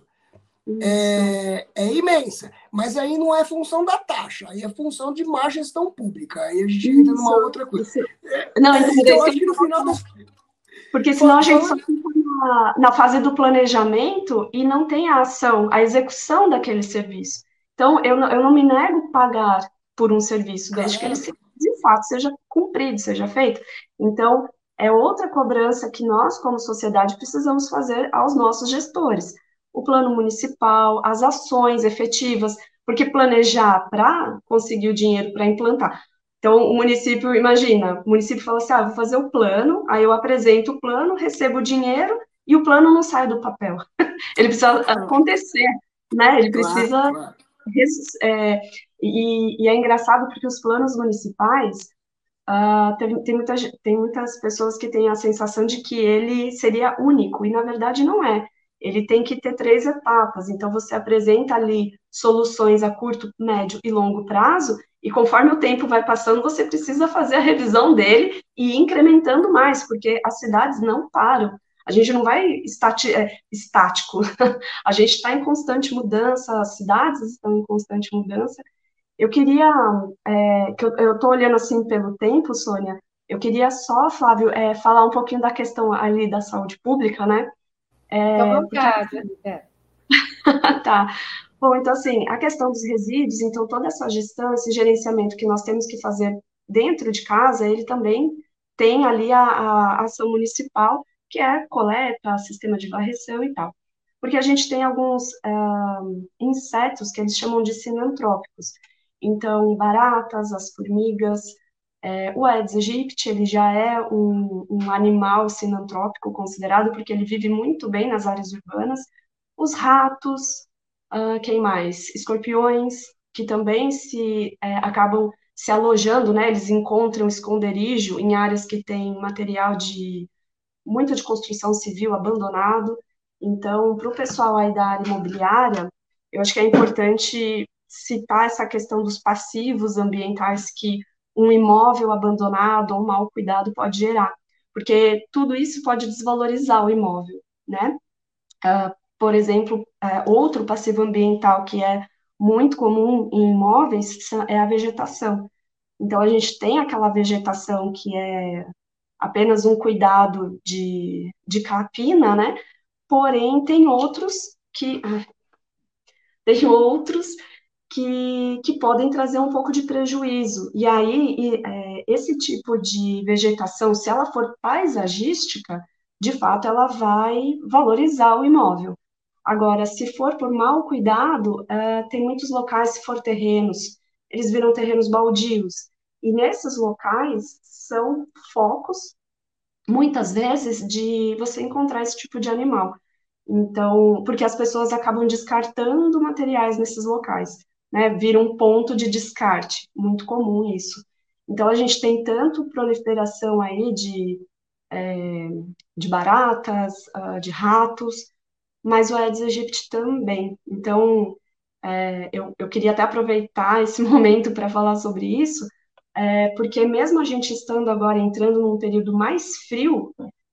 é imensa. Mas aí não é função da taxa, aí é função de má gestão pública. Aí a gente entra numa outra coisa. Não, eu acho que no final das... Porque senão a gente só fica na fase do planejamento e não tem a ação, a execução daquele serviço. Então, eu não me nego a pagar por um serviço, desde que ele, de fato, seja cumprido, seja feito. Então, é outra cobrança que nós, como sociedade, precisamos fazer aos nossos gestores. O plano municipal, as ações efetivas, porque planejar para conseguir o dinheiro para implantar. Então, o município, imagina, o município fala assim, vou fazer o plano, aí eu apresento o plano, recebo o dinheiro e o plano não sai do papel. Ele precisa acontecer, né? Ele precisa... Claro. E é engraçado porque os planos municipais, tem muitas pessoas que têm a sensação de que ele seria único, e na verdade não é. Ele tem que ter 3 etapas, então você apresenta ali soluções a curto, médio e longo prazo, e conforme o tempo vai passando, você precisa fazer a revisão dele e ir incrementando mais, porque as cidades não param. A gente não vai estático, a gente está em constante mudança, as cidades estão em constante mudança. Eu queria, que eu estou olhando assim pelo tempo, Sônia, eu queria só, Flávio, falar um pouquinho da questão ali da saúde pública, né? Fique à vontade. Tá. Bom, então, assim, a questão dos resíduos, então, toda essa gestão, esse gerenciamento que nós temos que fazer dentro de casa, ele também tem ali a ação municipal, que é coleta, sistema de varreção e tal. Porque a gente tem alguns insetos que eles chamam de sinantrópicos. Então, baratas, as formigas, o Aedes aegypti, ele já é um animal sinantrópico considerado, porque ele vive muito bem nas áreas urbanas. Os ratos, quem mais? Escorpiões, que também acabam se alojando, né? Eles encontram esconderijo em áreas que têm material muito de construção civil abandonado. Então, para o pessoal aí da área imobiliária, eu acho que é importante citar essa questão dos passivos ambientais que um imóvel abandonado ou mal cuidado pode gerar, porque tudo isso pode desvalorizar o imóvel, né? Por exemplo, outro passivo ambiental que é muito comum em imóveis é a vegetação. Então, a gente tem aquela vegetação que é apenas um cuidado de capina, né? Porém, tem outros que podem trazer um pouco de prejuízo. E aí, esse tipo de vegetação, se ela for paisagística, de fato, ela vai valorizar o imóvel. Agora, se for por mau cuidado, tem muitos locais, se for terrenos, eles viram terrenos baldios. E nesses locais são focos, muitas vezes, de você encontrar esse tipo de animal. Então, porque as pessoas acabam descartando materiais nesses locais, né? Vira um ponto de descarte, muito comum isso. Então, a gente tem tanto proliferação aí de baratas, de ratos, mas o Aedes aegypti também. Então, eu queria até aproveitar esse momento para falar sobre isso, porque mesmo a gente estando agora entrando num período mais frio,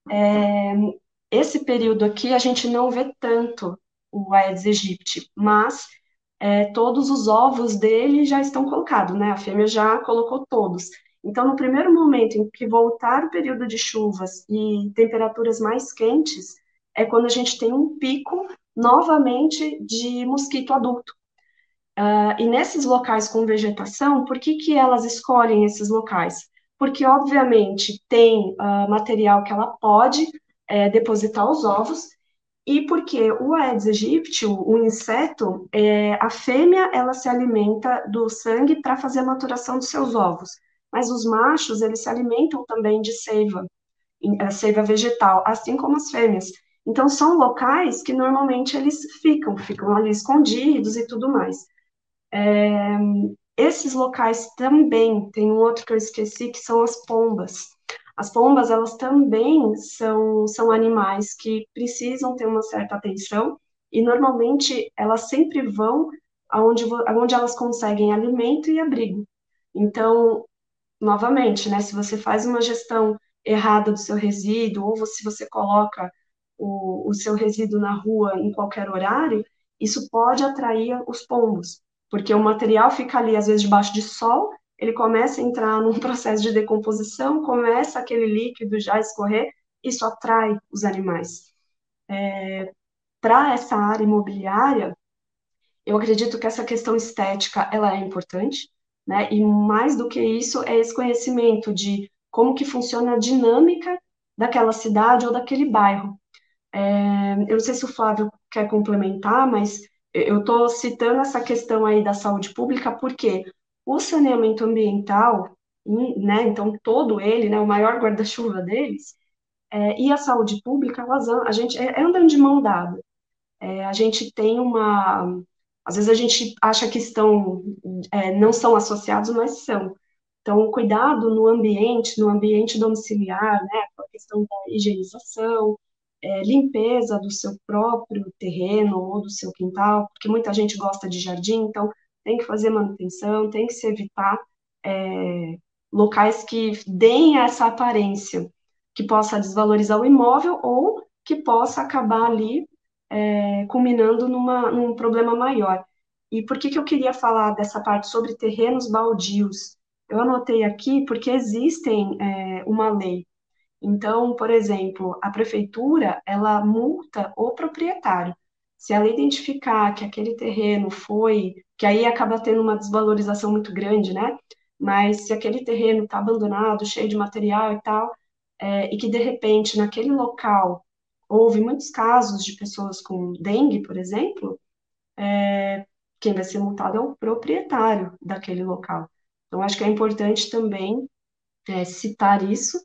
esse período aqui a gente não vê tanto o Aedes aegypti, mas todos os ovos dele já estão colocados, né? A fêmea já colocou todos. Então, no primeiro momento em que voltar o período de chuvas e temperaturas mais quentes, é quando a gente tem um pico novamente de mosquito adulto. E nesses locais com vegetação, por que elas escolhem esses locais? Porque, obviamente, tem material que ela pode depositar os ovos, e porque o Aedes aegypti, o inseto, a fêmea, ela se alimenta do sangue para fazer a maturação dos seus ovos, mas os machos, eles se alimentam também de seiva vegetal, assim como as fêmeas. Então, são locais que normalmente eles ficam ali escondidos e tudo mais. Esses locais também, tem um outro que eu esqueci, que são as pombas. As pombas, elas também são animais que precisam ter uma certa atenção e, normalmente, elas sempre vão aonde elas conseguem alimento e abrigo. Então, novamente, né, se você faz uma gestão errada do seu resíduo, ou se você coloca o seu resíduo na rua em qualquer horário, isso pode atrair os pombos, porque o material fica ali, às vezes, debaixo de sol, ele começa a entrar num processo de decomposição, começa aquele líquido já a escorrer, isso atrai os animais. Para essa área imobiliária, eu acredito que essa questão estética, ela é importante, né? E mais do que isso, é esse conhecimento de como que funciona a dinâmica daquela cidade ou daquele bairro. Eu não sei se o Flávio quer complementar, mas eu estou citando essa questão aí da saúde pública porque o saneamento ambiental, né, então todo ele, né, o maior guarda-chuva deles, e a saúde pública, a gente andam de mão dada. A gente tem uma. Às vezes a gente acha que não são associados, mas são. Então, o cuidado no ambiente domiciliar, né, com a questão da higienização, limpeza do seu próprio terreno ou do seu quintal, porque muita gente gosta de jardim, então tem que fazer manutenção, tem que se evitar locais que deem essa aparência, que possa desvalorizar o imóvel ou que possa acabar ali culminando num problema maior. E por que eu queria falar dessa parte sobre terrenos baldios? Eu anotei aqui porque existem uma lei. Então, por exemplo, a prefeitura, ela multa o proprietário. Se ela identificar que aquele terreno que aí acaba tendo uma desvalorização muito grande, né? Mas se aquele terreno está abandonado, cheio de material e tal, e que de repente naquele local houve muitos casos de pessoas com dengue, por exemplo, quem vai ser multado é o proprietário daquele local. Então, acho que é importante também citar isso,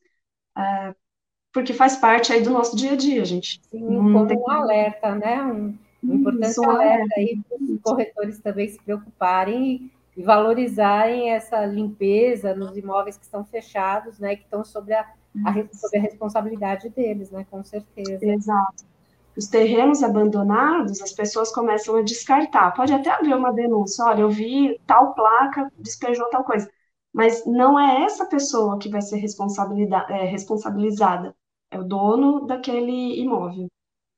porque faz parte aí do nosso dia a dia, gente. Sim, como um alerta, né? Um importante alerta aí para os corretores também se preocuparem e valorizarem essa limpeza nos imóveis que estão fechados, né? Que estão sob a responsabilidade deles, né? Com certeza. Exato. Os terrenos abandonados, as pessoas começam a descartar. Pode até haver uma denúncia, olha, eu vi tal placa, despejou tal coisa. Mas não é essa pessoa que vai ser responsabilizada, é o dono daquele imóvel.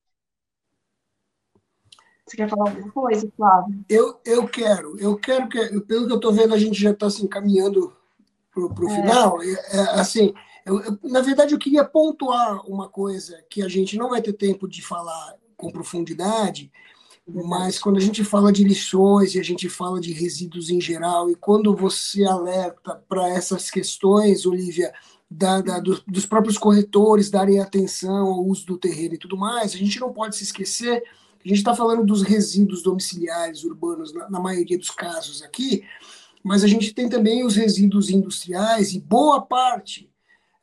Você quer falar alguma coisa, Flávio? Eu quero que, pelo que eu estou vendo, a gente já está se encaminhando para o final. Assim, na verdade, eu queria pontuar uma coisa que a gente não vai ter tempo de falar com profundidade, mas quando a gente fala de lições e a gente fala de resíduos em geral, e quando você alerta para essas questões, Olivia, dos próprios corretores darem atenção ao uso do terreno e tudo mais, a gente não pode se esquecer que a gente está falando dos resíduos domiciliares urbanos, na maioria dos casos aqui, mas a gente tem também os resíduos industriais e boa parte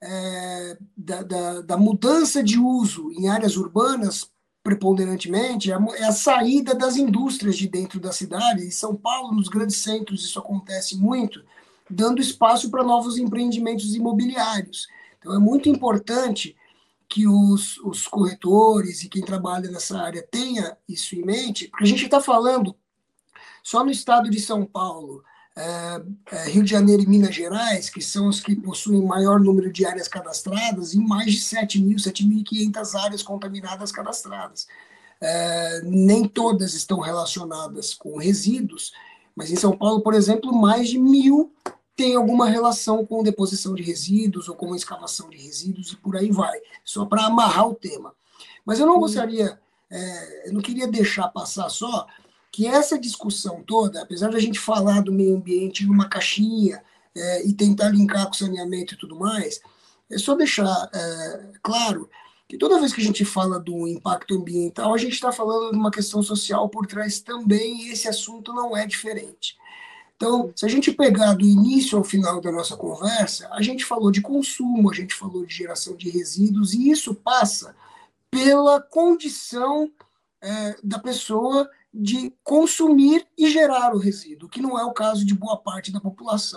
da mudança de uso em áreas urbanas, preponderantemente, é a saída das indústrias de dentro da cidade. Em São Paulo, nos grandes centros, isso acontece muito, dando espaço para novos empreendimentos imobiliários. Então, é muito importante que os corretores e quem trabalha nessa área tenha isso em mente, porque a gente está falando só no estado de São Paulo, Rio de Janeiro e Minas Gerais, que são os que possuem maior número de áreas cadastradas, e mais de 7.500 áreas contaminadas cadastradas. Nem todas estão relacionadas com resíduos, mas em São Paulo, por exemplo, mais de 1.000 tem alguma relação com deposição de resíduos ou com escavação de resíduos e por aí vai, só para amarrar o tema. Mas eu não gostaria, eu não queria deixar passar só que essa discussão toda, apesar de a gente falar do meio ambiente numa caixinha e tentar linkar com saneamento e tudo mais, é só deixar claro que toda vez que a gente fala do impacto ambiental, a gente está falando de uma questão social por trás também, e esse assunto não é diferente. Então, se a gente pegar do início ao final da nossa conversa, a gente falou de consumo, a gente falou de geração de resíduos, e isso passa pela condição da pessoa de consumir e gerar o resíduo, que não é o caso de boa parte da população.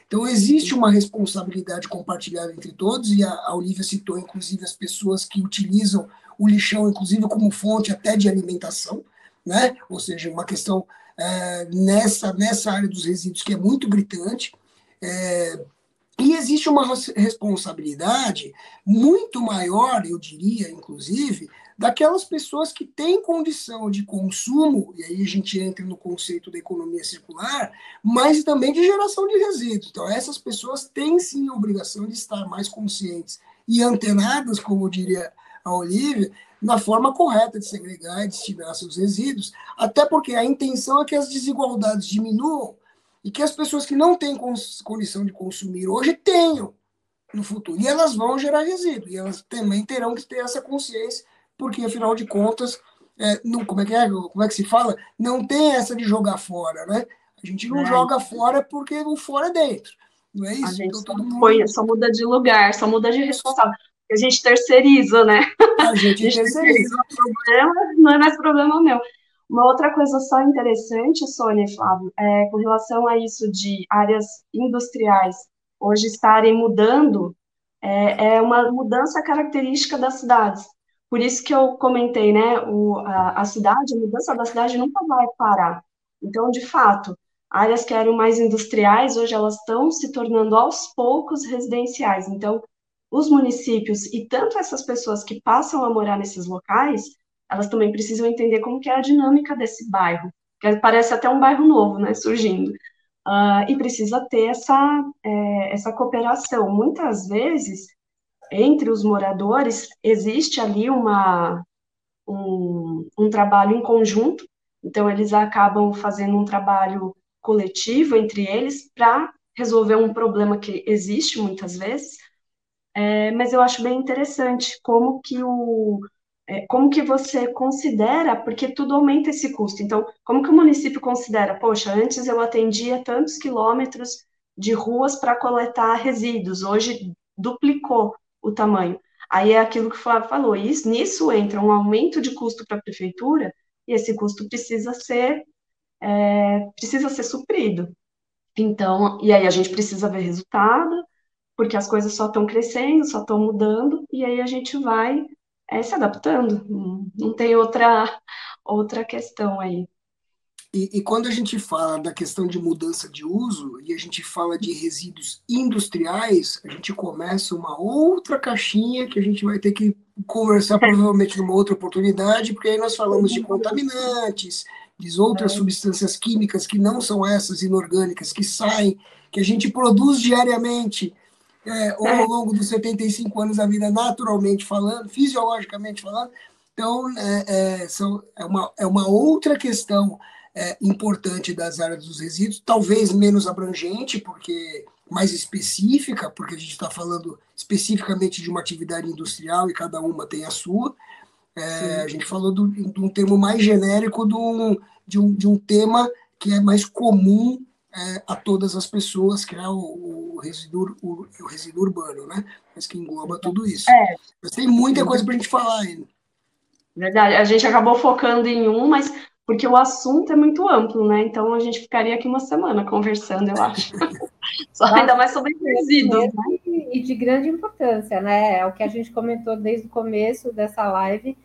Então, existe uma responsabilidade compartilhada entre todos, e a Olivia citou, inclusive, as pessoas que utilizam o lixão, inclusive, como fonte até de alimentação, né? Ou seja, uma questão nessa área dos resíduos que é muito gritante. E existe uma responsabilidade muito maior, eu diria, inclusive, daquelas pessoas que têm condição de consumo, e aí a gente entra no conceito da economia circular, mas também de geração de resíduos. Então, essas pessoas têm sim a obrigação de estar mais conscientes e antenadas, como diria a Olivia, na forma correta de segregar e destinar seus resíduos, até porque a intenção é que as desigualdades diminuam e que as pessoas que não têm condição de consumir hoje tenham no futuro. E elas vão gerar resíduo, e elas também terão que ter essa consciência, porque, afinal de contas, não, como é que se fala? Não tem essa de jogar fora, né? A gente não joga fora porque o fora é dentro. Não é isso? A gente então, todo mundo... só muda de lugar, só muda de responsável. A gente terceiriza, né? A gente terceiriza o problema, não é mais problema meu. Uma outra coisa só interessante, Sônia e Flávio, com relação a isso de áreas industriais hoje estarem mudando, é uma mudança característica das cidades. Por isso que eu comentei, né, a mudança da cidade nunca vai parar. Então, de fato, áreas que eram mais industriais, hoje elas estão se tornando aos poucos residenciais. Então, os municípios e tanto essas pessoas que passam a morar nesses locais, elas também precisam entender como que é a dinâmica desse bairro, que parece até um bairro novo, né, surgindo. E precisa ter essa cooperação. Muitas vezes, entre os moradores, existe ali um trabalho em conjunto, então eles acabam fazendo um trabalho coletivo entre eles para resolver um problema que existe muitas vezes, mas eu acho bem interessante como que você considera, porque tudo aumenta esse custo. Então, como que o município considera? Poxa, antes eu atendia tantos quilômetros de ruas para coletar resíduos, hoje duplicou o tamanho. Aí é aquilo que o Flávio falou, e nisso entra um aumento de custo para a prefeitura, e esse custo precisa ser suprido. Então, e aí a gente precisa ver resultado, porque as coisas só estão crescendo, só estão mudando, e aí a gente vai se adaptando. Não tem outra questão aí. E quando a gente fala da questão de mudança de uso e a gente fala de resíduos industriais, a gente começa uma outra caixinha que a gente vai ter que conversar provavelmente numa outra oportunidade, porque aí nós falamos de contaminantes, de outras substâncias químicas que não são essas inorgânicas, que saem, que a gente produz diariamente ou ao longo dos 75 anos da vida, naturalmente falando, fisiologicamente falando. Então, é uma outra questão importante das áreas dos resíduos, talvez menos abrangente, porque mais específica, porque a gente está falando especificamente de uma atividade industrial e cada uma tem a sua. A gente falou de um termo mais genérico de um tema que é mais comum a todas as pessoas, que é o resíduo urbano, né? Mas que engloba tudo isso. Mas tem muita coisa para a gente falar ainda. Verdade, a gente acabou focando em mas porque o assunto é muito amplo, né? Então a gente ficaria aqui uma semana conversando, eu acho. Ainda mais sobre resíduos, né? E de grande importância, né? É o que a gente comentou desde o começo dessa live,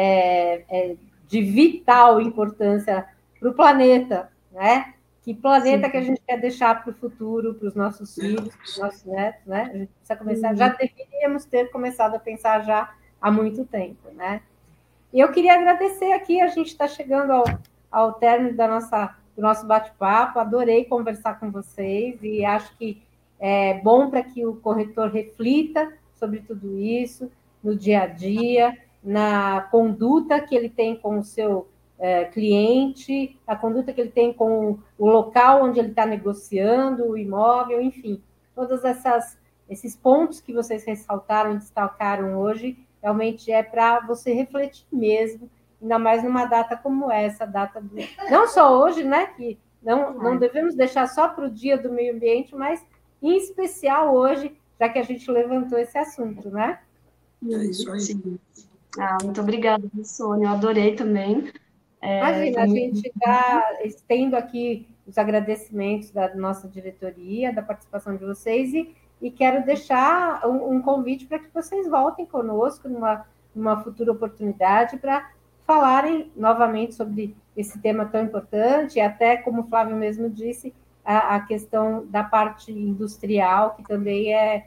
de vital importância para o planeta, né? Que planeta que a gente quer deixar para o futuro, para os nossos filhos, para os nossos netos, né? A gente precisa começar, já deveríamos ter começado a pensar já há muito tempo, né? E eu queria agradecer aqui, a gente está chegando ao término do nosso bate-papo, adorei conversar com vocês e acho que é bom para que o corretor reflita sobre tudo isso, no dia a dia, na conduta que ele tem com o seu cliente, a conduta que ele tem com o local onde ele está negociando, o imóvel, enfim, todos esses pontos que vocês ressaltaram e destacaram hoje, realmente é para você refletir mesmo, ainda mais numa data como essa, não só hoje, né, que não devemos deixar só para o Dia do Meio Ambiente, mas em especial hoje, já que a gente levantou esse assunto, né? É isso aí. Sim. Muito obrigada, Sônia, eu adorei também. Imagina, a gente está estendo aqui os agradecimentos da nossa diretoria, da participação de vocês, e quero deixar um convite para que vocês voltem conosco numa futura oportunidade para falarem novamente sobre esse tema tão importante, e até, como o Flávio mesmo disse, a questão da parte industrial, que também é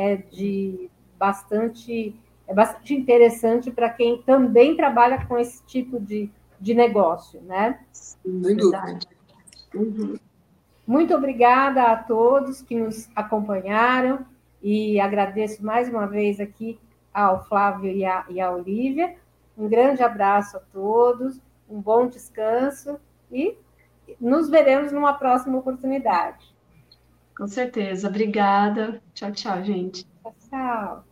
bastante interessante para quem também trabalha com esse tipo de negócio, né? Sem dúvida. Muito obrigada a todos que nos acompanharam e agradeço mais uma vez aqui ao Flávio e à Olívia. Um grande abraço a todos, um bom descanso e nos veremos numa próxima oportunidade. Com certeza. Obrigada. Tchau, tchau, gente. Tchau.